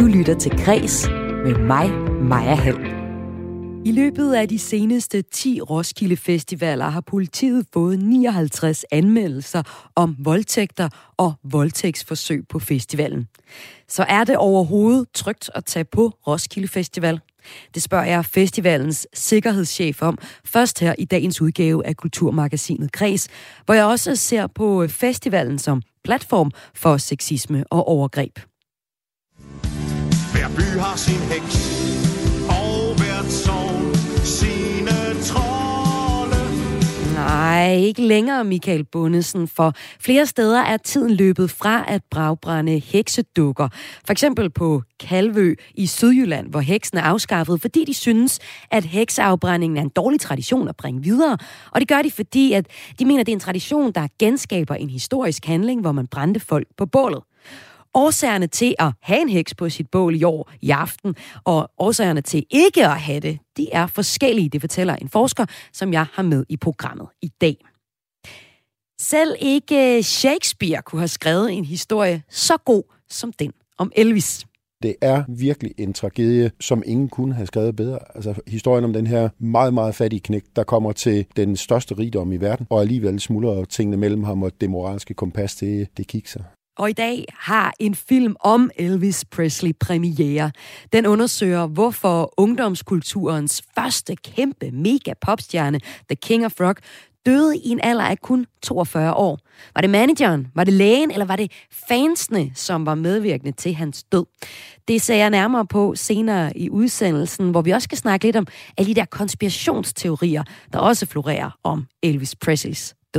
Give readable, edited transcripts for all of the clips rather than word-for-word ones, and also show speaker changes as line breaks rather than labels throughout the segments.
lytter til Græs med mig, Maja Hall. I løbet af de seneste 10 Roskilde Festivaler har politiet fået 59 anmeldelser om voldtægter og voldtægtsforsøg på festivalen. Så er det overhovedet trygt at tage på Roskilde Festival? Det spørger jeg festivalens sikkerhedschef om, først her i dagens udgave af Kulturmagasinet Græs, hvor jeg også ser på festivalen som platform for sexisme og overgreb.
Hver by har sin heks, og hvert sogn sine trolde.
Nej, ikke længere, Michael Bundesen, for flere steder er tiden løbet fra at bragbrænde heksedukker. For eksempel på Kalvø i Sydjylland, hvor heksen er afskaffet, fordi de synes, at hekseafbrændingen er en dårlig tradition at bringe videre. Og det gør de, fordi at de mener, at det er en tradition, der genskaber en historisk handling, hvor man brændte folk på bålet. Årsagerne til at have en heks på sit bål i år i aften, og årsagerne til ikke at have det, de er forskellige, det fortæller en forsker, som jeg har med i programmet i dag. Selv ikke Shakespeare kunne have skrevet en historie så god som den om Elvis.
Det er virkelig en tragedie, som ingen kunne have skrevet bedre. Altså historien om den her meget, meget fattige knægt, der kommer til den største rigdom i verden, og alligevel smuldrer tingene mellem ham og det moralske kompas, det kikser.
Og i dag har en film om Elvis Presley premiere. Den undersøger, hvorfor ungdomskulturens første kæmpe mega popstjerne, The King of Rock, døde i en alder af kun 42 år. Var det manageren, var det lægen, eller var det fansene, som var medvirkende til hans død? Det ser jeg nærmere på senere i udsendelsen, hvor vi også skal snakke lidt om alle de der konspirationsteorier, der også florerer om Elvis Presleys død.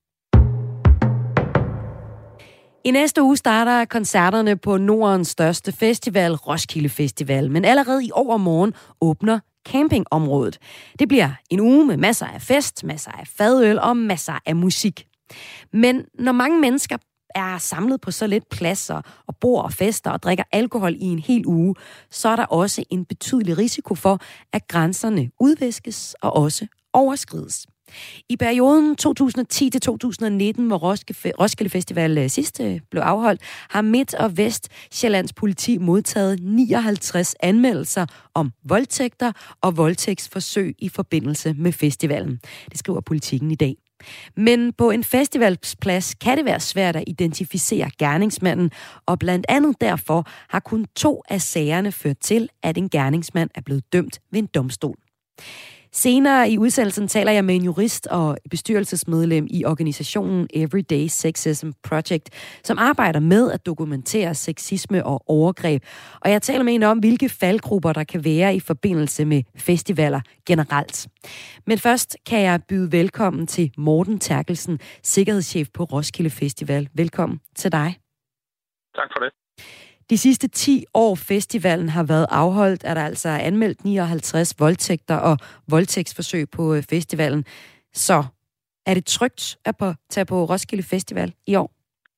I næste uge starter koncerterne på Nordens største festival, Roskilde Festival. Men allerede i overmorgen åbner campingområdet. Det bliver en uge med masser af fest, masser af fadøl og masser af musik. Men når mange mennesker er samlet på så lidt pladser og bor og fester og drikker alkohol i en hel uge, så er der også en betydelig risiko for, at grænserne udviskes og også overskrides. I perioden 2010 til 2019, hvor Roskilde Festival sidst blev afholdt, har Midt- og Vestsjællands politi modtaget 59 anmeldelser om voldtægter og voldtægtsforsøg i forbindelse med festivalen. Det skriver Politikken i dag. Men på en festivalsplads kan det være svært at identificere gerningsmanden, og blandt andet derfor har kun 2 af sagerne ført til, at en gerningsmand er blevet dømt ved en domstol. Senere i udsendelsen taler jeg med en jurist og bestyrelsesmedlem i organisationen Everyday Sexism Project, som arbejder med at dokumentere sexisme og overgreb. Og jeg taler med hende om, hvilke faldgrupper der kan være i forbindelse med festivaler generelt. Men først kan jeg byde velkommen til Morten Terkelsen, sikkerhedschef på Roskilde Festival. Velkommen til dig.
Tak for det.
De sidste 10 år festivalen har været afholdt, er der altså anmeldt 59 voldtægter og voldtægtsforsøg på festivalen. Så er det trygt at tage på Roskilde Festival i år?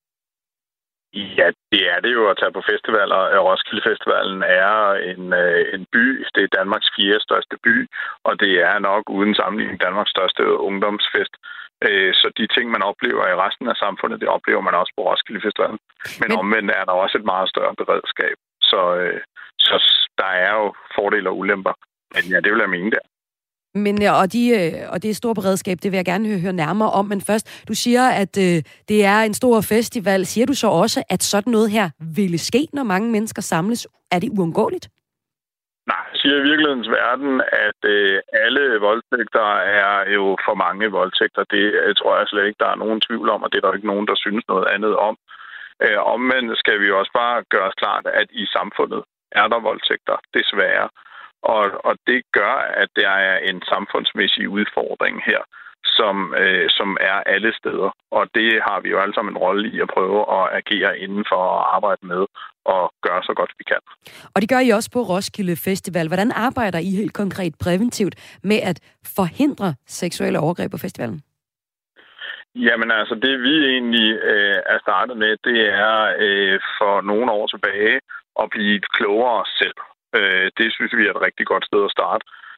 Ja, det er det jo at tage på festivaler. Roskilde Festivalen er en by. Det er Danmarks 4. største by, og det er nok uden sammenligning Danmarks største ungdomsfest. Så de ting, man oplever i resten af samfundet, det oplever man også på Roskilde Festivalen. Men omvendt er der også et meget større beredskab. Så der er jo fordele og ulemper. Men ja, det vil jeg mene der.
Men, og det store beredskab, det vil jeg gerne høre nærmere om. Men først, du siger, at det er en stor festival. Siger du så også, at sådan noget her ville ske, når mange mennesker samles? Er det uundgåeligt?
Nej, jeg siger i virkelighedens verden, at alle voldtægter er jo for mange voldtægter. Det tror jeg slet ikke, der er nogen tvivl om, og det er der ikke nogen, der synes noget andet om. Omvendt skal vi også bare gøre os klart, at i samfundet er der voldtægter, desværre. Og det gør, at der er en samfundsmæssig udfordring her, som er alle steder. Og det har vi jo alle sammen en rolle i at prøve at agere inden for at arbejde med og gøre så godt vi kan. Og det gør I også på Roskilde Festival. Hvordan arbejder I helt konkret præventivt med at forhindre seksuelle overgreb på festivalen? Jamen altså, det vi egentlig er startet med, det er for nogle år tilbage at blive klogere selv. Det synes vi er et rigtig godt sted at starte.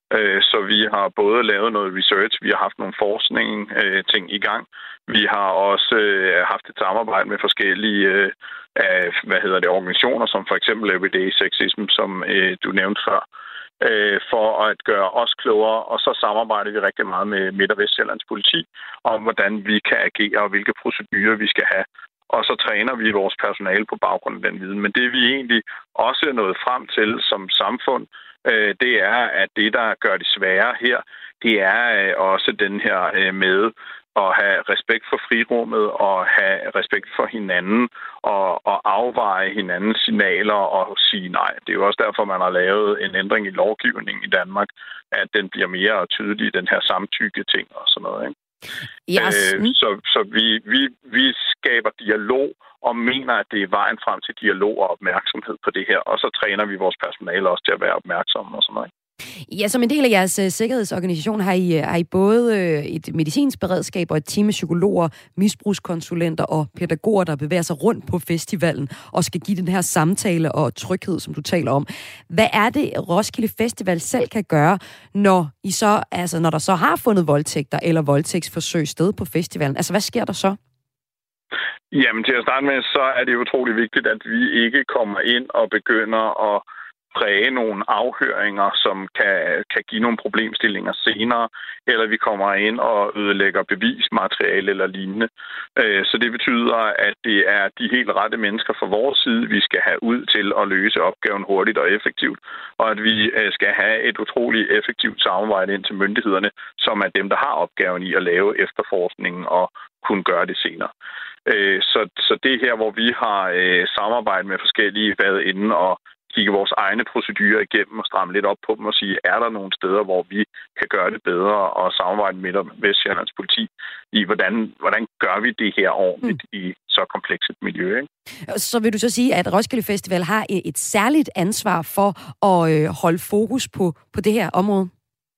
Så vi har både lavet noget research, vi har haft nogle ting i gang. Vi har også haft et samarbejde med forskellige organisationer, som for eksempel Everyday Sexism, som du nævnte før, for at gøre os klogere. Og så samarbejder vi rigtig meget med Midt- og Vestsjællands politi om, hvordan vi kan agere og hvilke procedurer vi skal have. Og så træner vi vores personale på baggrund af den viden. Men det vi egentlig også er nået frem til som samfund, det er, at det, der gør det sværere her, det er også den her med at have respekt for frirummet og have respekt for hinanden og afveje hinandens signaler og sige nej. Det er jo også derfor, man har lavet en ændring i lovgivningen i Danmark, at den bliver mere tydelig, den her samtykke-ting og sådan noget, ikke?
Yes.
Så vi skaber dialog og mener, at det er vejen frem til dialog og opmærksomhed på det her. Og så træner vi vores personale også til at være opmærksomme og sådan noget.
Ja, som en del af jeres sikkerhedsorganisation har I både et medicinsk beredskab og et team af psykologer, misbrugskonsulenter og pædagoger, der bevæger sig rundt på festivalen og skal give den her samtale og tryghed, som du taler om. Hvad er det, Roskilde Festival selv kan gøre, når der så har fundet voldtægter eller voldtægtsforsøg sted på festivalen? Altså, hvad sker der så?
Jamen, til at starte med, så er det utrolig vigtigt, at vi ikke kommer ind og begynder at præge nogle afhøringer, som kan give nogle problemstillinger senere, eller vi kommer ind og ødelægger bevismateriale eller lignende. Så det betyder, at det er de helt rette mennesker fra vores side, vi skal have ud til at løse opgaven hurtigt og effektivt, og at vi skal have et utroligt effektivt samarbejde ind til myndighederne, som er dem, der har opgaven i at lave efterforskningen og kunne gøre det senere. Så det er her, hvor vi har samarbejdet med forskellige været inde og kigge vores egne procedurer igennem og stramme lidt op på dem og sige, er der nogle steder, hvor vi kan gøre det bedre og samarbejde med Vestsjællands politi i, hvordan gør vi det her ordentligt i så komplekst et miljø, ikke?
Så vil du så sige, at Roskilde Festival har et særligt ansvar for at holde fokus på det her område?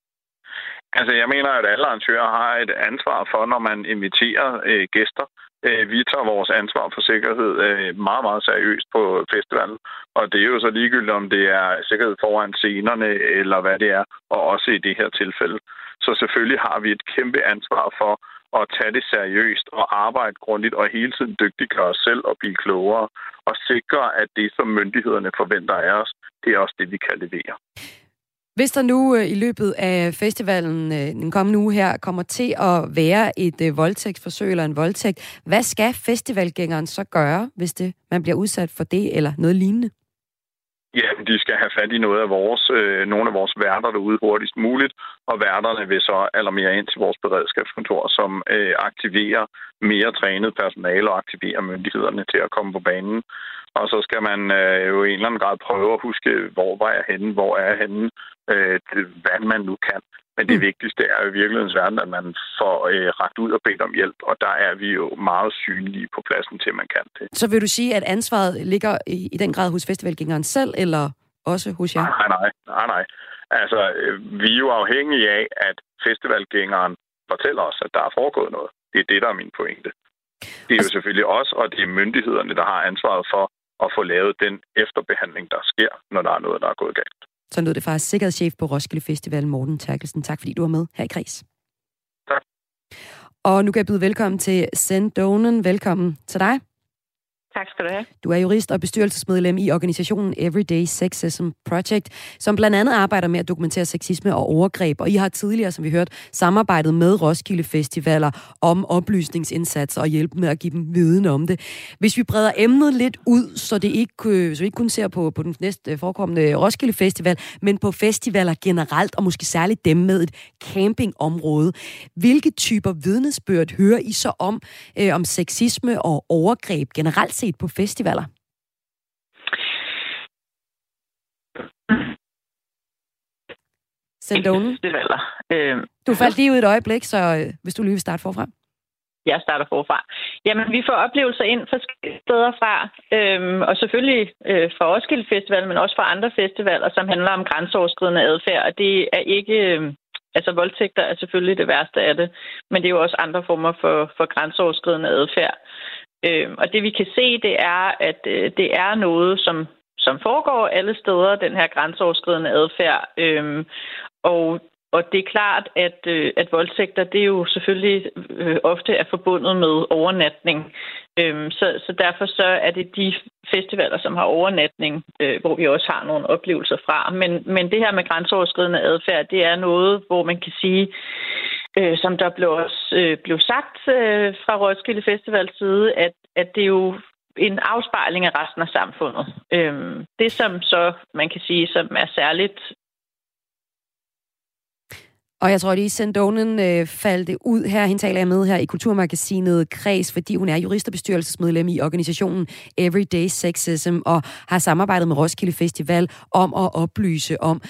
Altså, jeg mener, at alle arrangører har et ansvar for, når man inviterer gæster. Vi tager vores ansvar for sikkerhed meget, meget seriøst på festivalen. Og det er jo så ligegyldigt, om det er sikkerhed foran scenerne, eller hvad det er, og også i det her tilfælde. Så selvfølgelig har vi et kæmpe ansvar for at tage det seriøst og arbejde grundigt og hele tiden dygtiggøre os selv og blive klogere og sikre, at det, som myndighederne forventer af os, det er også det, vi kan levere.
Hvis der nu i løbet af festivalen den kommende uge her kommer til at være et voldtægtsforsøg eller en voldtægt, hvad skal festivalgængeren så gøre, hvis man bliver udsat for det eller noget lignende?
Ja, de skal have fat i nogle af vores værter derude hurtigst muligt, og værterne vil så alarmere ind til vores beredskabskontor, som aktiverer mere trænet personale og aktiverer myndighederne til at komme på banen. Og så skal man jo i en eller anden grad prøve at huske, hvor var jeg henne, hvor er jeg henne, hvad man nu kan. Men det vigtigste er jo i virkelighedens verden, at man får rakt ud og bedt om hjælp, og der er vi jo meget synlige på pladsen til, man kan det.
Så vil du sige, at ansvaret ligger i den grad hos festivalgængeren selv, eller også hos jer?
Nej. Altså, vi er jo afhængige af, at festivalgængeren fortæller os, at der er foregået noget. Det er det, der er min pointe. Det er jo selvfølgelig os, og det er myndighederne, der har ansvaret for at få lavet den efterbehandling, der sker, når der er noget, der er gået galt.
Så lød det fra sikkerhedschef på Roskilde Festival, Morten Terkelsen. Tak fordi du var med her i Kreds.
Tak.
Og nu kan jeg byde velkommen til Sen Donen. Velkommen til dig.
Tak skal du have.
Du er jurist og bestyrelsesmedlem i organisationen Everyday Sexism Project, som blandt andet arbejder med at dokumentere sexisme og overgreb. Og I har tidligere, som vi hørte, samarbejdet med Roskilde Festivaler om oplysningsindsatser og hjælp med at give dem viden om det. Hvis vi breder emnet lidt ud, så vi ikke kun ser på den næste forekommende Roskilde Festival, men på festivaler generelt, og måske særligt dem med et campingområde. Hvilke typer vidnesbyrd hører I så om sexisme og overgreb generelt set på festivaler? Sendonen? Du faldt lige ud et øjeblik, så hvis du lige vil starte forfra.
Jeg starter forfra. Jamen, vi får oplevelser ind forskellige steder fra, og selvfølgelig fra Roskilde Festival, men også fra andre festivaler, som handler om grænseoverskridende adfærd, og det er ikke... Altså, voldtægter er selvfølgelig det værste af det, men det er jo også andre former for grænseoverskridende adfærd. Og det vi kan se, det er, at det er noget, som foregår alle steder, den her grænseoverskridende adfærd. Og det er klart, at voldtægter, det er jo selvfølgelig ofte er forbundet med overnatning. Så derfor så er det de festivaler, som har overnatning, hvor vi også har nogle oplevelser fra. Men det her med grænseoverskridende adfærd, det er noget, hvor man kan sige, som der blev sagt fra Roskilde Festivals side, at det er jo en afspejling af resten af samfundet. Det, som så man kan sige, som er særligt.
Og jeg tror, at i Sendonen faldt ud her. Hende taler jeg med her i Kulturmagasinet Kreds, fordi hun er jurist og bestyrelsesmedlem i organisationen Everyday Sexism og har samarbejdet med Roskilde Festival om at oplyse om,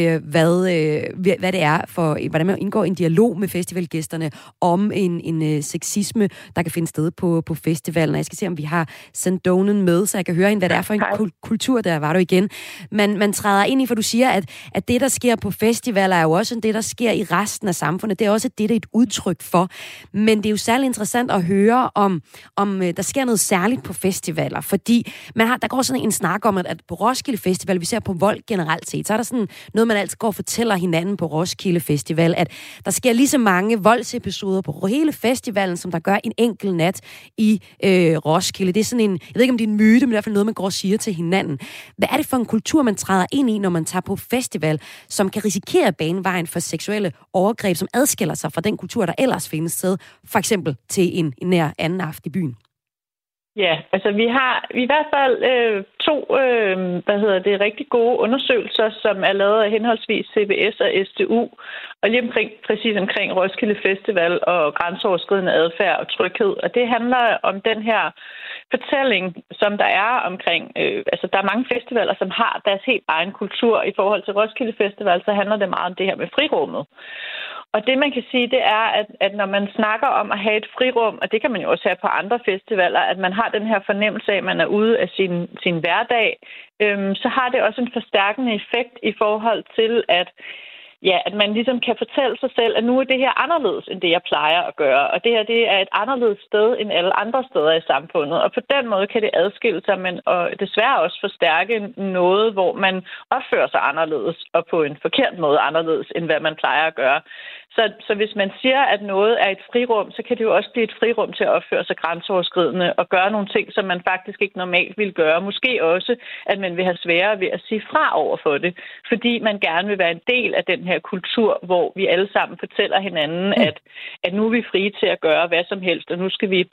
hvad det er for, hvordan man indgår en dialog med festivalgæsterne om en sexisme, der kan finde sted på festivalen. Og jeg skal se, om vi har Sendonen med, så jeg kan høre hende, hvad det er for en kultur, der var du igen. Man træder ind i, for du siger, at det, der sker på festivaler, er jo også det, der sker i resten af samfundet. Det er også det er et udtryk for. Men det er jo særlig interessant at høre, om der sker noget særligt på festivaler, fordi der går sådan en snak om, at på Roskilde Festival, vi ser på vold generelt set, så er der sådan noget, man altid går og fortæller hinanden på Roskilde Festival, at der sker lige så mange voldsepisoder på hele festivalen, som der gør en enkelt nat i Roskilde. Det er sådan en, jeg ved ikke om det er en myte, men i hvert fald noget, man går og siger til hinanden. Hvad er det for en kultur, man træder ind i, når man tager på festival, som kan risikere at bane vejen for seksuelle overgreb, som adskiller sig fra den kultur, der ellers findes sted, for eksempel til en nær anden aften i byen?
Ja, altså vi har i hvert fald to rigtig gode undersøgelser, som er lavet af henholdsvis CBS og SDU, og lige præcis omkring Roskilde Festival og grænseoverskridende adfærd og tryghed. Og det handler om den her fortælling, som der er omkring, der er mange festivaler, som har deres helt egen kultur. I forhold til Roskilde Festival, så handler det meget om det her med frirummet. Og det, man kan sige, det er, at når man snakker om at have et frirum, og det kan man jo også have på andre festivaler, at man har den her fornemmelse af, at man er ude af sin hverdag, så har det også en forstærkende effekt i forhold til, at man ligesom kan fortælle sig selv, at nu er det her anderledes, end det, jeg plejer at gøre. Og det her, det er et anderledes sted end alle andre steder i samfundet. Og på den måde kan det adskille sig, men desværre også forstærke noget, hvor man opfører sig anderledes, og på en forkert måde anderledes, end hvad man plejer at gøre. Så hvis man siger, at noget er et frirum, så kan det jo også blive et frirum til at opføre sig grænseoverskridende og gøre nogle ting, som man faktisk ikke normalt vil gøre. Måske også, at man vil have sværere ved at sige fra over for det, fordi man gerne vil være en del af den her kultur, hvor vi alle sammen fortæller hinanden, at nu er vi frie til at gøre hvad som helst, og nu skal vi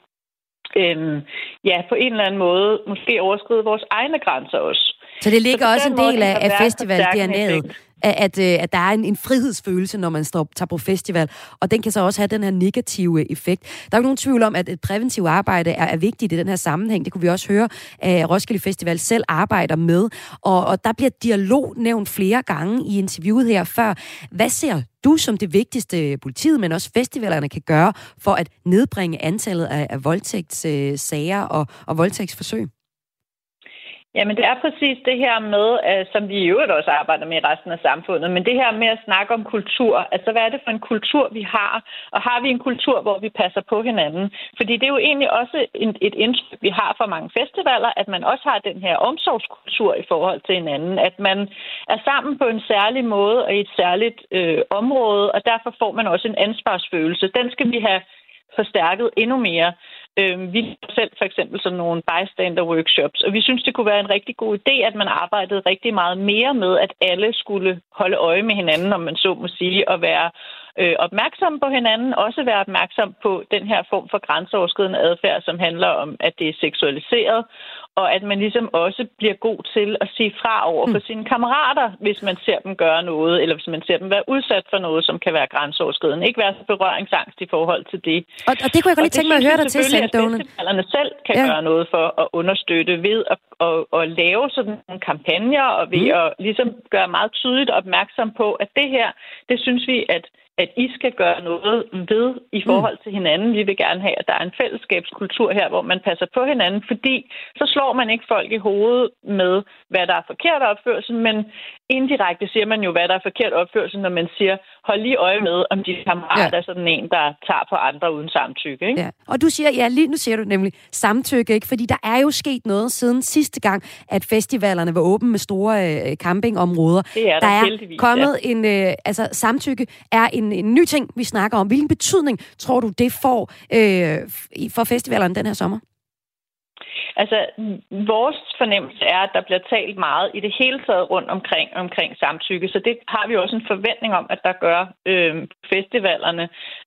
på en eller anden måde måske overskride vores egne grænser også.
Så det ligger også en del af festival-DNA'et, at der er en frihedsfølelse, når man tager på festival, og den kan så også have den her negative effekt. Der er jo nogen tvivl om, at et præventivt arbejde er vigtigt i den her sammenhæng. Det kunne vi også høre, at Roskilde Festival selv arbejder med, og der bliver dialog nævnt flere gange i interviewet her før. Hvad ser du som det vigtigste, politiet, men også festivalerne kan gøre for at nedbringe antallet af voldtægtssager og voldtægtsforsøg?
Jamen, det er præcis det her med, som vi i øvrigt også arbejder med i resten af samfundet, men det her med at snakke om kultur. Altså, hvad er det for en kultur, vi har? Og har vi en kultur, hvor vi passer på hinanden? Fordi det er jo egentlig også et indtryk, vi har fra mange festivaler, at man også har den her omsorgskultur i forhold til hinanden. At man er sammen på en særlig måde og i et særligt område, og derfor får man også en ansvarsfølelse. Den skal vi have forstærket endnu mere. Vi har selv for eksempel sådan nogle bystander-workshops, og vi synes, det kunne være en rigtig god idé, at man arbejdede rigtig meget mere med, at alle skulle holde øje med hinanden, om man så må sige, og være opmærksomme på hinanden, også være opmærksom på den her form for grænseoverskridende adfærd, som handler om, at det er seksualiseret, og at man ligesom også bliver god til at sige fra over for sine kammerater, hvis man ser dem gøre noget, eller hvis man ser dem være udsat for noget, som kan være grænseoverskridende. Ikke være så berøringsangst i forhold til det.
Og det kunne jeg godt lige tænke mig at høre dig til, Sendonen.
At festivalerne selv kan gøre noget for at understøtte ved at lave sådan nogle kampagner, og ved at ligesom gøre meget tydeligt opmærksom på, at det her, det synes vi, at at I skal gøre noget ved i forhold til hinanden. Vi vil gerne have, at der er en fællesskabskultur her, hvor man passer på hinanden, fordi så slår man ikke folk i hovedet med, hvad der er forkert opførsel, men indirekte siger man jo, hvad der er forkert opførsel, når man siger, hold lige øje med, om de kammerater er sådan en, der tager på andre uden samtykke. Ikke?
Ja. Og du siger, lige nu siger du nemlig samtykke, ikke? Fordi der er jo sket noget siden sidste gang, at festivalerne var åbne med store campingområder.
Det er der heldigvis,
kommet en, samtykke er en ny ting, vi snakker om. Hvilken betydning tror du, det får for festivalerne den her sommer?
Altså, vores fornemmelse er, at der bliver talt meget i det hele taget rundt omkring samtykke, så det har vi også en forventning om, at der gør festivalerne.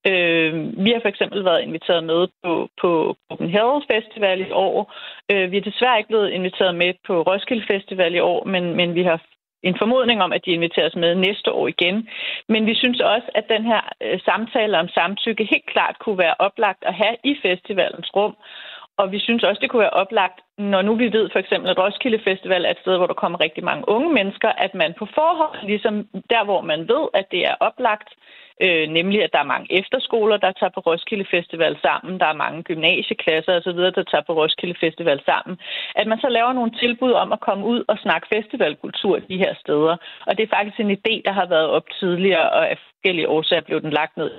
Vi har for eksempel været inviteret med på Copenhagen Festival i år. Vi er desværre ikke blevet inviteret med på Roskilde Festival i år, men vi har en formodning om, at de inviteres med næste år igen. Men vi synes også, at den her samtale om samtykke helt klart kunne være oplagt at have i festivalens rum. Og vi synes også, det kunne være oplagt, når nu vi ved for eksempel, at Roskilde Festival er et sted, hvor der kommer rigtig mange unge mennesker, at man på forhånd, ligesom der, hvor man ved, at det er oplagt, nemlig at der er mange efterskoler, der tager på Roskilde Festival sammen, der er mange gymnasieklasser osv., der tager på Roskilde Festival sammen, at man så laver nogle tilbud om at komme ud og snakke festivalkultur de her steder. Og det er faktisk en idé, der har været op tidligere, og af forskellige årsager blev den lagt ned.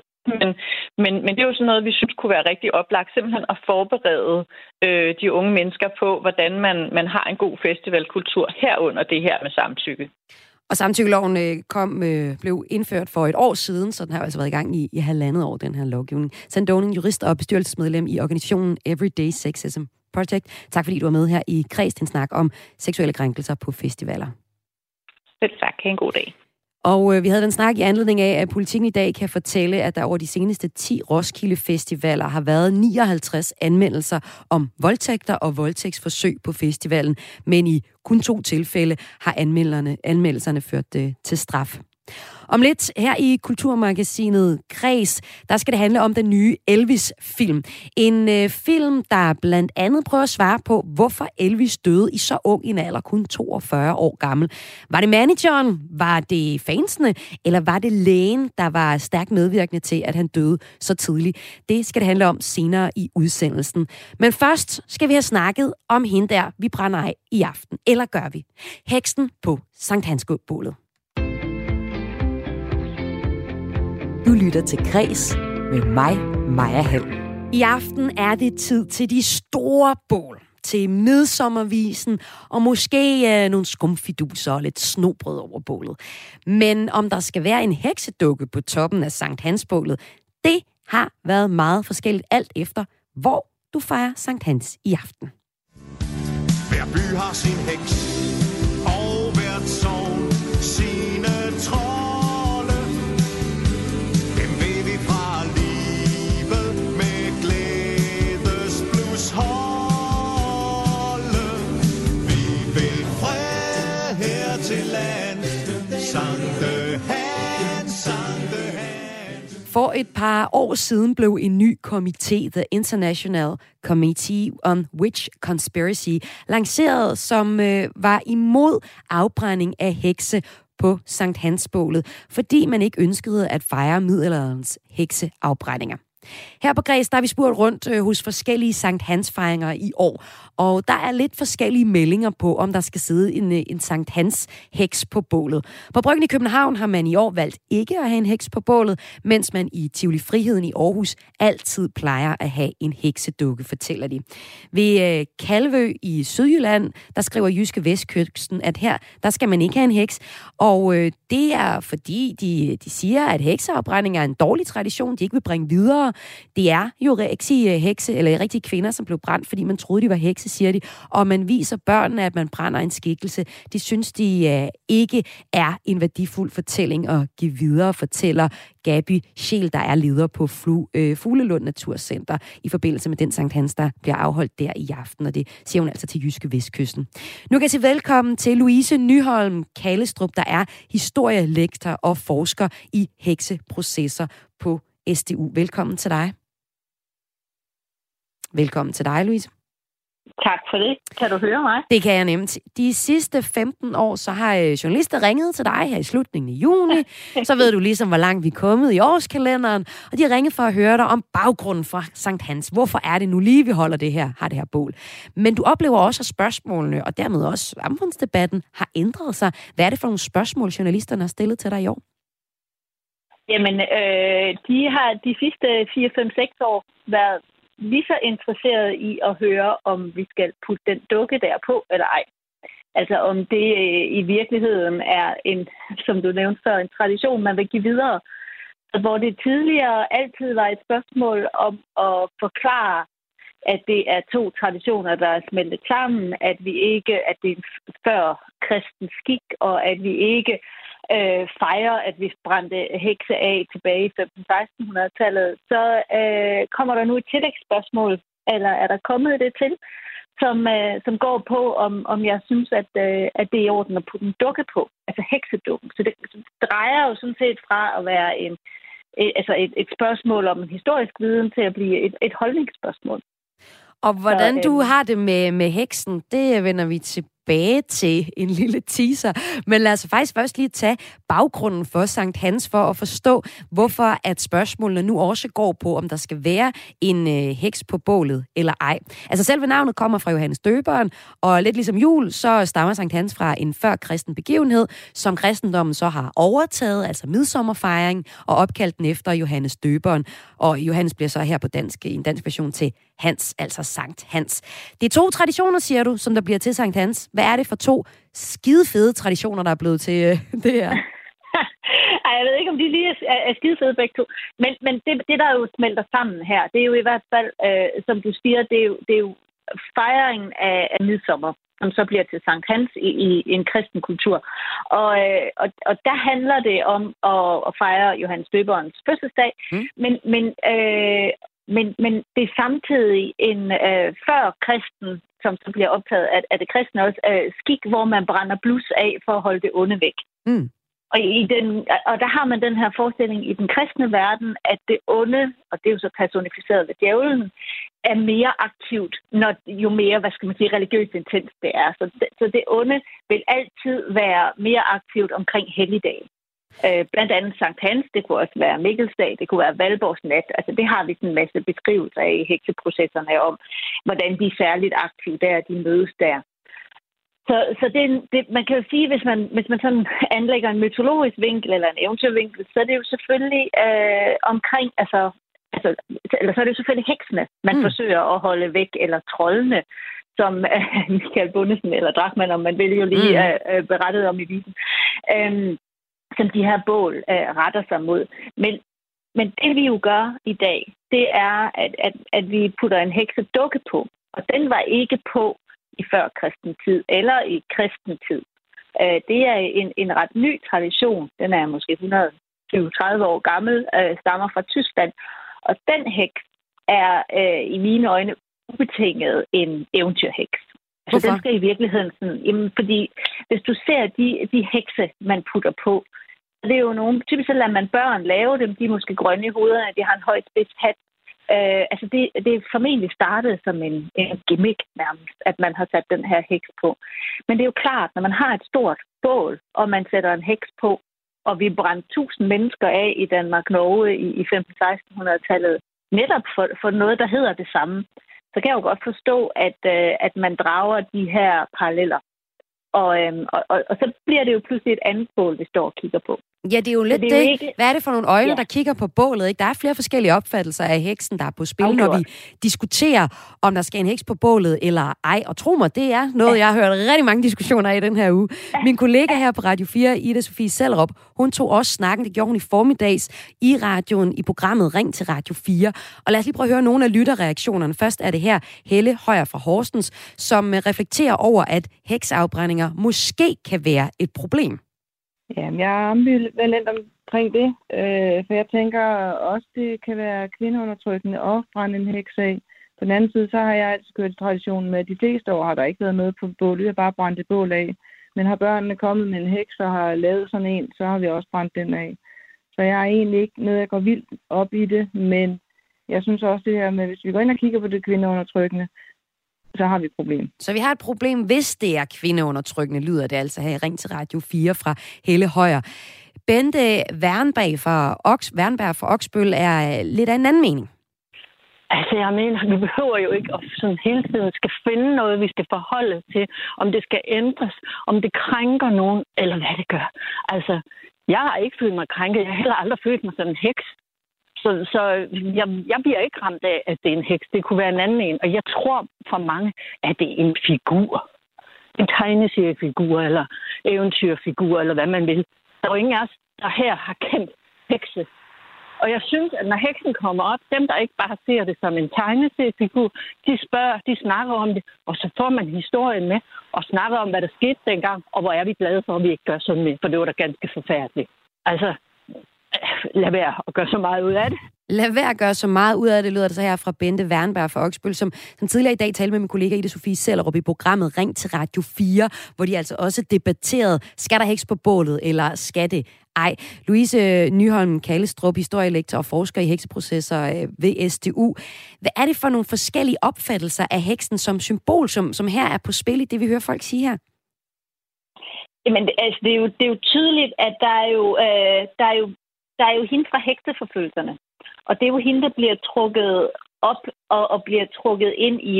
Men det er jo sådan noget, vi synes kunne være rigtig oplagt, simpelthen at forberede de unge mennesker på, hvordan man har en god festivalkultur herunder det her med samtykke.
Og samtykkeloven blev indført for et år siden, så den har altså været i gang i 1,5 år, den her lovgivning. Sand Doning, jurist og bestyrelsesmedlem i organisationen Everyday Sexism Project. Tak fordi du var med her i Kreds til en snak om seksuelle krænkelser på festivaler.
Selv tak. Ha' en god dag.
Og vi havde den snak i anledning af, at Politikken i dag kan fortælle, at der over de seneste 10 Roskilde Festivaler har været 59 anmeldelser om voldtægter og voldtægtsforsøg på festivalen, men i kun 2 tilfælde har anmeldelserne ført til straf. Om lidt her i Kulturmagasinet Kreds, der skal det handle om den nye Elvis-film. En film, der blandt andet prøver at svare på, hvorfor Elvis døde i så ung en alder, kun 42 år gammel. Var det manageren? Var det fansene? Eller var det lægen, der var stærkt medvirkende til, at han døde så tidligt? Det skal det handle om senere i udsendelsen. Men først skal vi have snakket om hende der, vi brænder af i aften. Eller gør vi? Heksen på Sankt Hans-bålet.
Du lytter til Kreds med mig, Maja Hall.
I aften er det tid til de store bål, til midsommervisen og måske nogle skumfiduser og lidt snobrød over bålet. Men om der skal være en heksedukke på toppen af Sankt Hans-bålet, det har været meget forskelligt alt efter, hvor du fejrer Sankt Hans i aften.
Hver by har sin heks, og hvert sogn sine trolde. Dem vil vi fra livet med glædesblus holde. Vi vil fred her til land, Sankte Hans, Sankte Hans.
For et par år siden blev en ny komité, The International Committee on Witch Conspiracy, lanceret, som var imod afbrænding af hekse på Sankt Hans-bålet, fordi man ikke ønskede at fejre middelalderens hekseafbrændinger. Her på Græs, der har vi spurgt rundt hos forskellige Sankt Hans-fejringer i år, og der er lidt forskellige meldinger på, om der skal sidde en Sankt Hans-heks på bålet. På Bryggen i København har man i år valgt ikke at have en heks på bålet, mens man i Tivoli Friheden i Aarhus altid plejer at have en heksedukke, fortæller de. Ved Kalvø i Sydjylland, der skriver Jyske Vestkysten, at her, der skal man ikke have en heks, og det er fordi, de siger, at hekseafbrænding er en dårlig tradition, de ikke vil bringe videre. Det er jo rigtige hekse, eller rigtige kvinder, som blev brændt, fordi man troede, de var hekse, siger de. Og man viser børnene, at man brænder en skikkelse. De synes, de ikke er en værdifuld fortælling at give videre, fortæller Gaby Scheel, der er leder på Fuglelund Naturcenter, i forbindelse med den Sankt Hans, der bliver afholdt der i aften. Og det siger hun altså til Jyske Vestkysten. Nu kan jeg sige velkommen til Louise Nyholm Kallestrup, der er historielektor og forsker i hekseprocesser på SDU. Velkommen til dig. Velkommen til dig, Louise.
Tak for det. Kan du høre mig?
Det kan jeg nemt. De sidste 15 år, så har journalister ringet til dig her i slutningen af juni. Så ved du ligesom, hvor langt vi er kommet i årskalenderen. Og de har ringet for at høre dig om baggrunden for Sankt Hans. Hvorfor er det nu lige, vi holder det her bål? Men du oplever også, at spørgsmålene, og dermed også samfundsdebatten, har ændret sig. Hvad er det for nogle spørgsmål, journalisterne har stillet til dig i år?
Jamen, de har de sidste 4-5-6 år været lige så interesseret i at høre, om vi skal putte den dukke der på, eller ej. Altså om det i virkeligheden er en, som du nævnte før, en tradition, man vil give videre. Så hvor det tidligere altid var et spørgsmål om at forklare, at det er to traditioner, der er smeltet sammen, at det er en før kristen skik, og at vi ikke fejrer, at vi brændte hekse af tilbage i 1500-1600-tallet, så kommer der nu et tillægsspørgsmål, eller er der kommet det til, som går på, om jeg synes, at det er i orden at putte en dukke på, altså heksedukken. Så det drejer jo sådan set fra at være et spørgsmål om en historisk viden til at blive et holdningsspørgsmål.
Og hvordan du har det med heksen, det vender vi tilbage til en lille teaser. Men lad os faktisk først lige tage baggrunden for Sankt Hans, for at forstå, hvorfor at spørgsmålene nu også går på, om der skal være en heks på bålet eller ej. Altså selve navnet kommer fra Johannes Døberen, og lidt ligesom jul, så stammer Sankt Hans fra en førkristen begivenhed, som kristendommen så har overtaget, altså midsommerfejring, og opkaldt den efter Johannes Døberen. Og Johannes bliver så her på dansk, i en dansk version til Hans, altså Sankt Hans. Det er 2 traditioner, siger du, som der bliver til Sankt Hans. Hvad er det for 2 skidefede traditioner, der er blevet til det her?
Ej, jeg ved ikke, om de lige er skidefede begge to. Men det, der jo smelter sammen her, det er jo i hvert fald, som du siger, det er jo fejringen af midsommer, som så bliver til Sankt Hans i en kristen kultur. Og der handler det om at fejre Johannes Døberens fødselsdag, men det er samtidig en før-kristen, som så bliver optaget af det kristne også, skik, hvor man brænder blus af for at holde det onde væk. Mm. Og der har man den her forestilling i den kristne verden, at det onde, og det er jo så personificeret ved djævlen, er mere aktivt, når jo mere, religiøst intens det er. Så det onde vil altid være mere aktivt omkring helligdage. Blandt andet Sankt Hans, det kunne også være Mikkelsdag, det kunne være Valborgs nat. Altså det har vi sådan en masse beskrivelser af i hekseprocesserne om, hvordan de er særligt aktive der, de mødes der. Så det, man kan jo sige, hvis man sådan anlægger en mytologisk vinkel eller en eventyrvinkel, så er det jo selvfølgelig omkring, eller så er det jo selvfølgelig heksene, man forsøger at holde væk, eller troldene, som Michael Bundesen eller Drachmann, om man vil jo lige berettet om i visen, som de her bål retter sig mod. Men det vi jo gør i dag, det er, at vi putter en heksedukke på, og den var ikke på i førkristen tid eller i kristen tid. Det er en ret ny tradition. Den er måske 120-30 år gammel, stammer fra Tyskland. Og den heks er i mine øjne ubetinget en eventyrheks. Altså den skal i virkeligheden sådan, fordi hvis du ser de hekse, man putter på, det er jo nogle, typisk så lader man børn lave dem, de er måske grønne i hovederne, de har en højt spids hat. Det er formentlig startet som en gimmick nærmest, at man har sat den her heks på. Men det er jo klart, når man har et stort bål, og man sætter en heks på, og vi brændte 1000 mennesker af i Danmark-Norge i 1500-1600-tallet, netop for noget, der hedder det samme, så kan jeg jo godt forstå, at man drager de her paralleller. Og så bliver det jo pludselig et andet bål, vi står og kigger på.
Ja, det er jo lidt det. Ikke... Hvad er det for nogle øjne, der kigger på bålet? Ikke? Der er flere forskellige opfattelser af heksen, der er på spil, når vi diskuterer, om der skal en heks på bålet eller ej. Og tro mig, det er noget, jeg har hørt rigtig mange diskussioner i den her uge. Min kollega her på Radio 4, Ida Sofie Sellerup, hun tog også snakken. Det gjorde hun i formiddags i radioen i programmet Ring til Radio 4. Og lad os lige prøve at høre nogle af lytterreaktionerne. Først er det her Helle Højer fra Horsens, som reflekterer over, at hekseafbrændinger måske kan være et problem.
Jamen, jeg er ambivalent omkring det, for jeg tænker også, det kan være kvindeundertrykkende at brænde en heks af. På den anden side, så har jeg altid kørt traditionen med, at de fleste år har der ikke været noget på bålet, vi har bare brændt et bål af. Men har børnene kommet med en heks og har lavet sådan en, så har vi også brændt den af. Så jeg er egentlig ikke noget, jeg går vildt op i det, men jeg synes også det her med, hvis vi går ind og kigger på det kvindeundertrykkende, så har vi et problem.
Så vi har et problem, hvis det er kvindeundertrykkende, lyder det altså her i Ring til Radio 4 fra Helle Højer. Bente Wernberg fra Oksbøl er lidt af en anden mening.
Altså, jeg mener, vi behøver jo ikke at sådan hele tiden skal finde noget, vi skal forholde til, om det skal ændres, om det krænker nogen, eller hvad det gør. Altså, jeg har ikke følt mig krænket. Jeg har heller aldrig følt mig som en heks. Så jeg bliver ikke ramt af, at det er en heks. Det kunne være en anden en. Og jeg tror for mange, at det er en figur. En tegneseriefigur, eller eventyrfigur, eller hvad man vil. Der er jo ingen af os, der her har kendt hekse. Og jeg synes, at når heksen kommer op, dem, der ikke bare ser det som en tegneseriefigur, de spørger, de snakker om det, og så får man historien med, og snakker om, hvad der skete dengang, og hvor er vi glade for, at vi ikke gør sådan med, for det var da ganske forfærdeligt. Altså, lad være at gøre så meget ud af det.
Lad være at gøre så meget ud af det, lyder det så her fra Bente Wernberg fra Oksbøl, som tidligere i dag talte med min kollega Ida Sofie Sellerup i programmet Ring til Radio 4, hvor de altså også debatterede, skal der heks på bålet, eller skal det ej? Louise Nyholm Kallestrup, historielektor og forsker i hekseprocesser ved SDU. Hvad er det for nogle forskellige opfattelser af heksen som symbol, som her er på spil i det, vi hører folk sige her?
Jamen, altså, det er jo tydeligt, at der er jo hende fra hekseforfølgelserne. Og det er jo hende, der bliver trukket op og bliver trukket ind i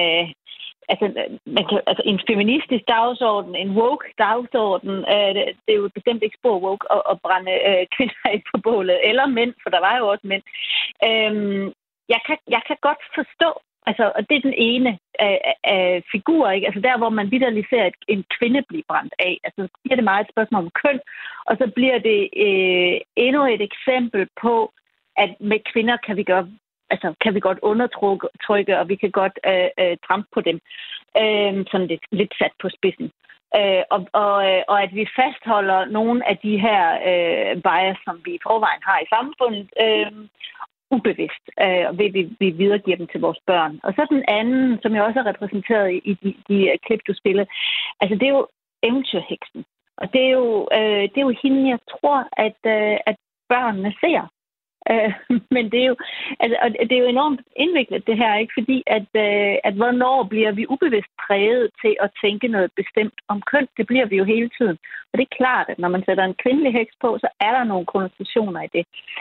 en feministisk dagsorden, en woke dagsorden. Det er jo bestemt ikke spor woke at brænde kvinder af på bålet, eller mænd, for der var jo også mænd. Jeg kan godt forstå, altså, og det er den ene af figurer, ikke? Altså der, hvor man vitterligt ser en kvinde blive brændt af. Altså, så bliver det meget et spørgsmål om køn, og så bliver det endnu et eksempel på, at med kvinder kan vi godt undertrykke, og vi kan godt trampe på dem. Sådan lidt sat på spidsen. Og at vi fastholder nogle af de her bias, som vi i forvejen har i samfundet, ubevidst, og vi videregiver dem til vores børn. Og så den anden, som jeg også har repræsenteret i de klip, du spillede, altså det er jo eventyrheksen. Og det er jo hende, jeg tror, at børnene ser. Men det er jo, altså, og det er jo enormt indviklet, det her, ikke? Fordi at hvornår bliver vi ubevidst præget til at tænke noget bestemt om køn? Det bliver vi jo hele tiden. Og det er klart, at når man sætter en kvindelig heks på, så er der nogle konnotationer i det.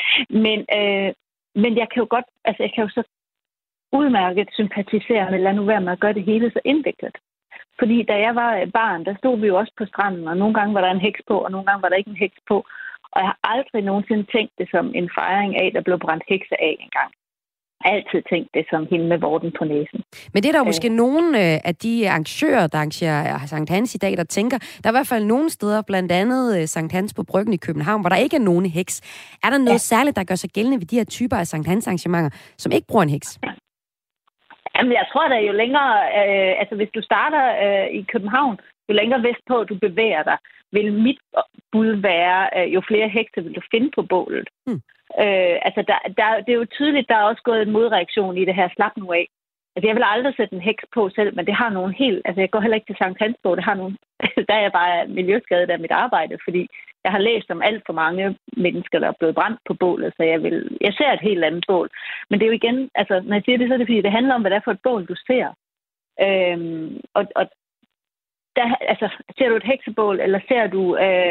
Men jeg kan jo godt, altså jeg kan jo så udmærket sympatisere med, lad nu være med at gøre det hele så indviklet. Fordi da jeg var barn, der stod vi jo også på stranden, og nogle gange var der en heks på, og nogle gange var der ikke en heks på. Og jeg har aldrig nogensinde tænkt det som en fejring af, der blev brændt hekse af engang. Jeg har altid tænkt det som hende med vorten på næsen.
Men det er der måske nogle af de arrangører, der arrangerer Sankt Hans i dag, der tænker, der er i hvert fald nogle steder, blandt andet Sankt Hans på Bryggen i København, hvor der ikke er nogen heks. Er der noget særligt, der gør sig gældende ved de her typer af Sankt Hans arrangementer, som ikke bruger en heks?
Jamen, jeg tror da jo længere, altså hvis du starter i København, jo længere vestpå du bevæger dig, vil mit bud være, jo flere hekse vil du finde på bålet. Altså, det er jo tydeligt, der er også gået en modreaktion i det her, slap nu af. Altså, jeg vil aldrig sætte en heks på selv, men det har nogle helt... Altså, jeg går heller ikke til Sankt Hans på, det har nogle... Der er jeg bare miljøskadet af mit arbejde, fordi jeg har læst om alt for mange mennesker, der er blevet brændt på bålet, så jeg ser et helt andet bål. Men det er jo igen... Altså, når jeg siger det, så er det fordi, det handler om, hvad det er for et bål, du ser. Og der, altså, ser du et heksebål, eller ser du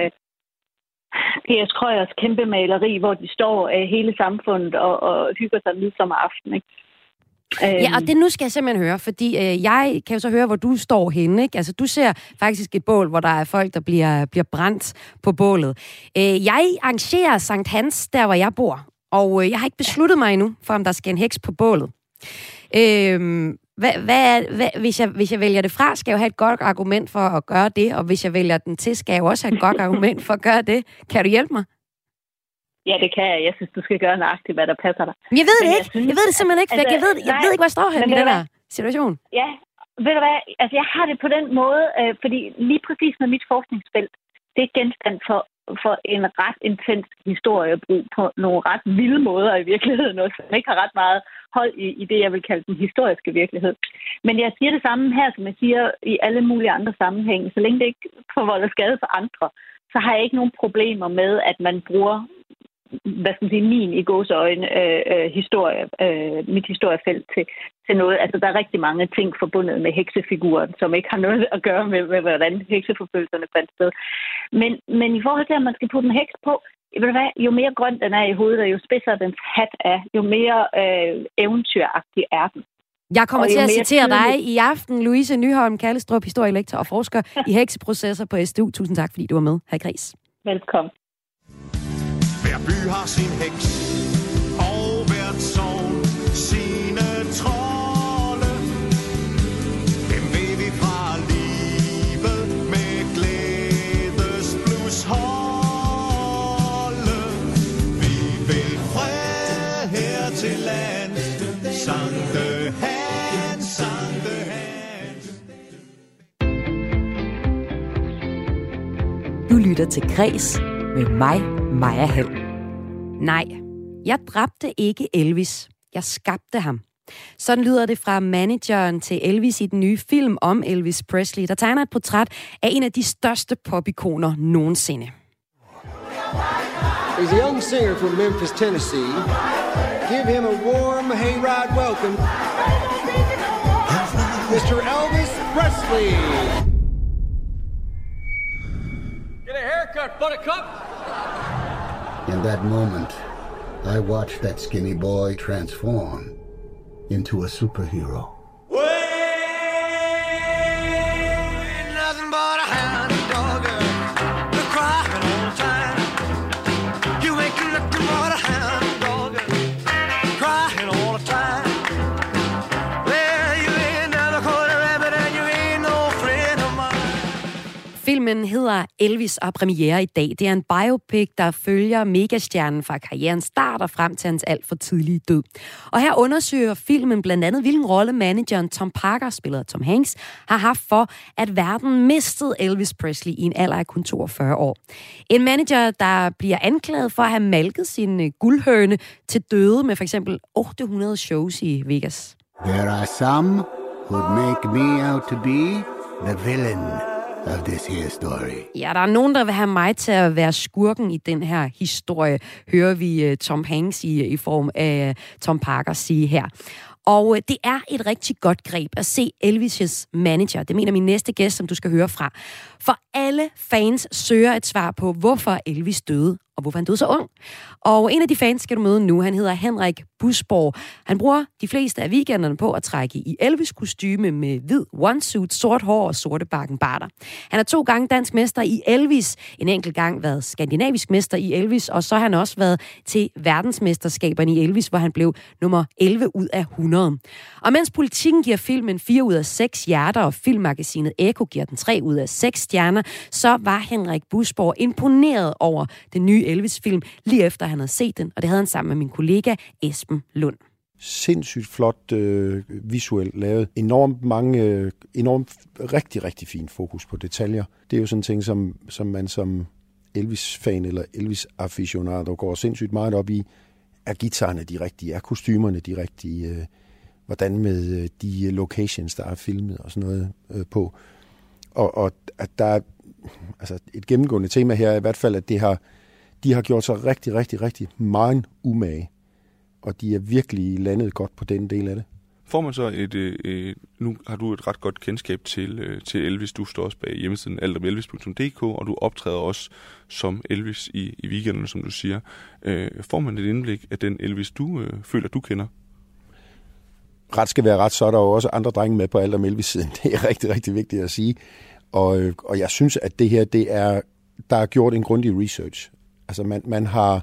P.S. Krøyers kæmpe maleri, hvor de står hele samfundet og hygger sig midsommeraften, ikke?
Ja, og det nu skal jeg simpelthen høre, fordi jeg kan jo så høre, hvor du står henne, ikke? Altså, du ser faktisk et bål, hvor der er folk, der bliver brændt på bålet. Jeg arrangerer Sankt Hans, der hvor jeg bor, og jeg har ikke besluttet mig endnu, for om der skal en heks på bålet. Hvis jeg vælger det fra, skal jeg jo have et godt argument for at gøre det, og hvis jeg vælger den til, skal jeg jo også have et godt argument for at gøre det. Kan du hjælpe mig?
Ja, det kan jeg. Jeg synes, du skal gøre nøjagtigt, hvad der passer dig.
Jeg ved det ikke. Jeg ved det simpelthen ikke. Altså, jeg ved ikke, hvor jeg står her i den her situation.
Ja, ved du hvad? Altså, jeg har det på den måde, fordi lige præcis med mit forskningsfelt, det er genstand for en ret intens historiebrug på nogle ret vilde måder i virkeligheden, og som ikke har ret meget hold i det, jeg vil kalde den historiske virkelighed. Men jeg siger det samme her, som jeg siger i alle mulige andre sammenhænge. Så længe det ikke forvolder skade for andre, så har jeg ikke nogen problemer med, at man bruger
hvad skal man sige, min i gåseøjne historie, mit historiefelt til noget. Altså, der er rigtig mange ting forbundet med heksefiguren, som ikke har noget at gøre med hvordan hekseforfølgelserne fandt sted. Men i forhold til, at man skal putte en heks på, ved du hvad, jo mere grøn den er i hovedet, og jo spidsere dens hat er, jo mere eventyragtig er den.
Jeg kommer til at citere dig i aften, Louise Nyholm Kallestrup, historielektor og forsker i hekseprocesser på SDU. Tusind tak, fordi du var med her i Græs.
Velkommen.
Hver by har sin heks, og hvert sogn sine trolde. Dem vil vi fra livet med glædesblus holde. Vi vil fred her til land, Sankte Hans, Sankte Hans.
Du lytter til Græs med mig, Maja Hall.
Nej, jeg dræbte ikke Elvis. Jeg skabte ham. Sådan lyder det fra manageren til Elvis i den nye film om Elvis Presley, der tegner et portræt af en af de største popikoner nogensinde.
He's a young singer from Memphis, Tennessee. Give him a warm hayride welcome, Mr. Elvis Presley.
Get a haircut, buttercup.
In that moment, I watched that skinny boy transform into a superhero.
Nothing but a hound dog, you're crying all the time. You ain't nothing but a hound dog, crying all the time. Well, you ain't never caught a rabbit and you ain't no friend of mine.
Filmen hedder Elvis og premiere i dag. Det er en biopic, der følger megastjernen fra karrierens start og frem til hans alt for tidlige død. Og her undersøger filmen blandt andet, hvilken rolle manageren Tom Parker, spillet af Tom Hanks, har haft for, at verden mistede Elvis Presley i en alder af kun 42 år. En manager, der bliver anklaget for at have malket sin guldhøne til døde med for eksempel 800 shows i Vegas.
There are some who'd make me out to be the villain of this here story.
Ja, der er nogen, der vil have mig til at være skurken i den her historie, hører vi Tom Hanks i form af Tom Parker sige her. Og det er et rigtig godt greb at se Elvis' manager. Det mener min næste gæst, som du skal høre fra. For alle fans søger et svar på, hvorfor Elvis døde, og hvorfor han døde så ung. Og en af de fans skal du møde nu. Han hedder Henrik Busborg. Han bruger de fleste af weekenderne på at trække i Elvis-kostyme med hvid onesuit, sort hår og sorte bakkenbarter. Han er 2 gange dansk mester i Elvis, en enkelt gang været skandinavisk mester i Elvis, og så har han også været til verdensmesterskaberne i Elvis, hvor han blev nummer 11 ud af 100. Og mens Politikken giver filmen 4 ud af 6 hjerter, og filmmagasinet Ekko giver den 3 ud af 6 stjerner, så var Henrik Busborg imponeret over den nye Elvis-film, lige efter han havde set den, og det havde han sammen med min kollega Esben Lund.
Sindssygt flot visuelt lavet. Enormt rigtig, rigtig fin fokus på detaljer. Det er jo sådan en ting, som man som Elvis-fan eller Elvis-aficionado går sindssygt meget op i. Er guitarerne de rigtige? Er kostymerne de rigtige? Hvordan med de locations, der er filmet og sådan noget på? Og at der er altså et gennemgående tema her er i hvert fald, at de har gjort sig rigtig, rigtig, rigtig meget umage. Og de er virkelig landet godt på den del af det.
Får man så nu har du et ret godt kendskab til Elvis. Du står også bag hjemmesiden altomelvis.dk, og du optræder også som Elvis i weekenden, som du siger. Får man et indblik af den Elvis, du føler, du kender?
Ret skal være ret, så er der jo også andre drenge med på Alt om Elvis-siden. Det er rigtig, rigtig vigtigt at sige. Og jeg synes, at det her, der er gjort en grundig research. Altså man har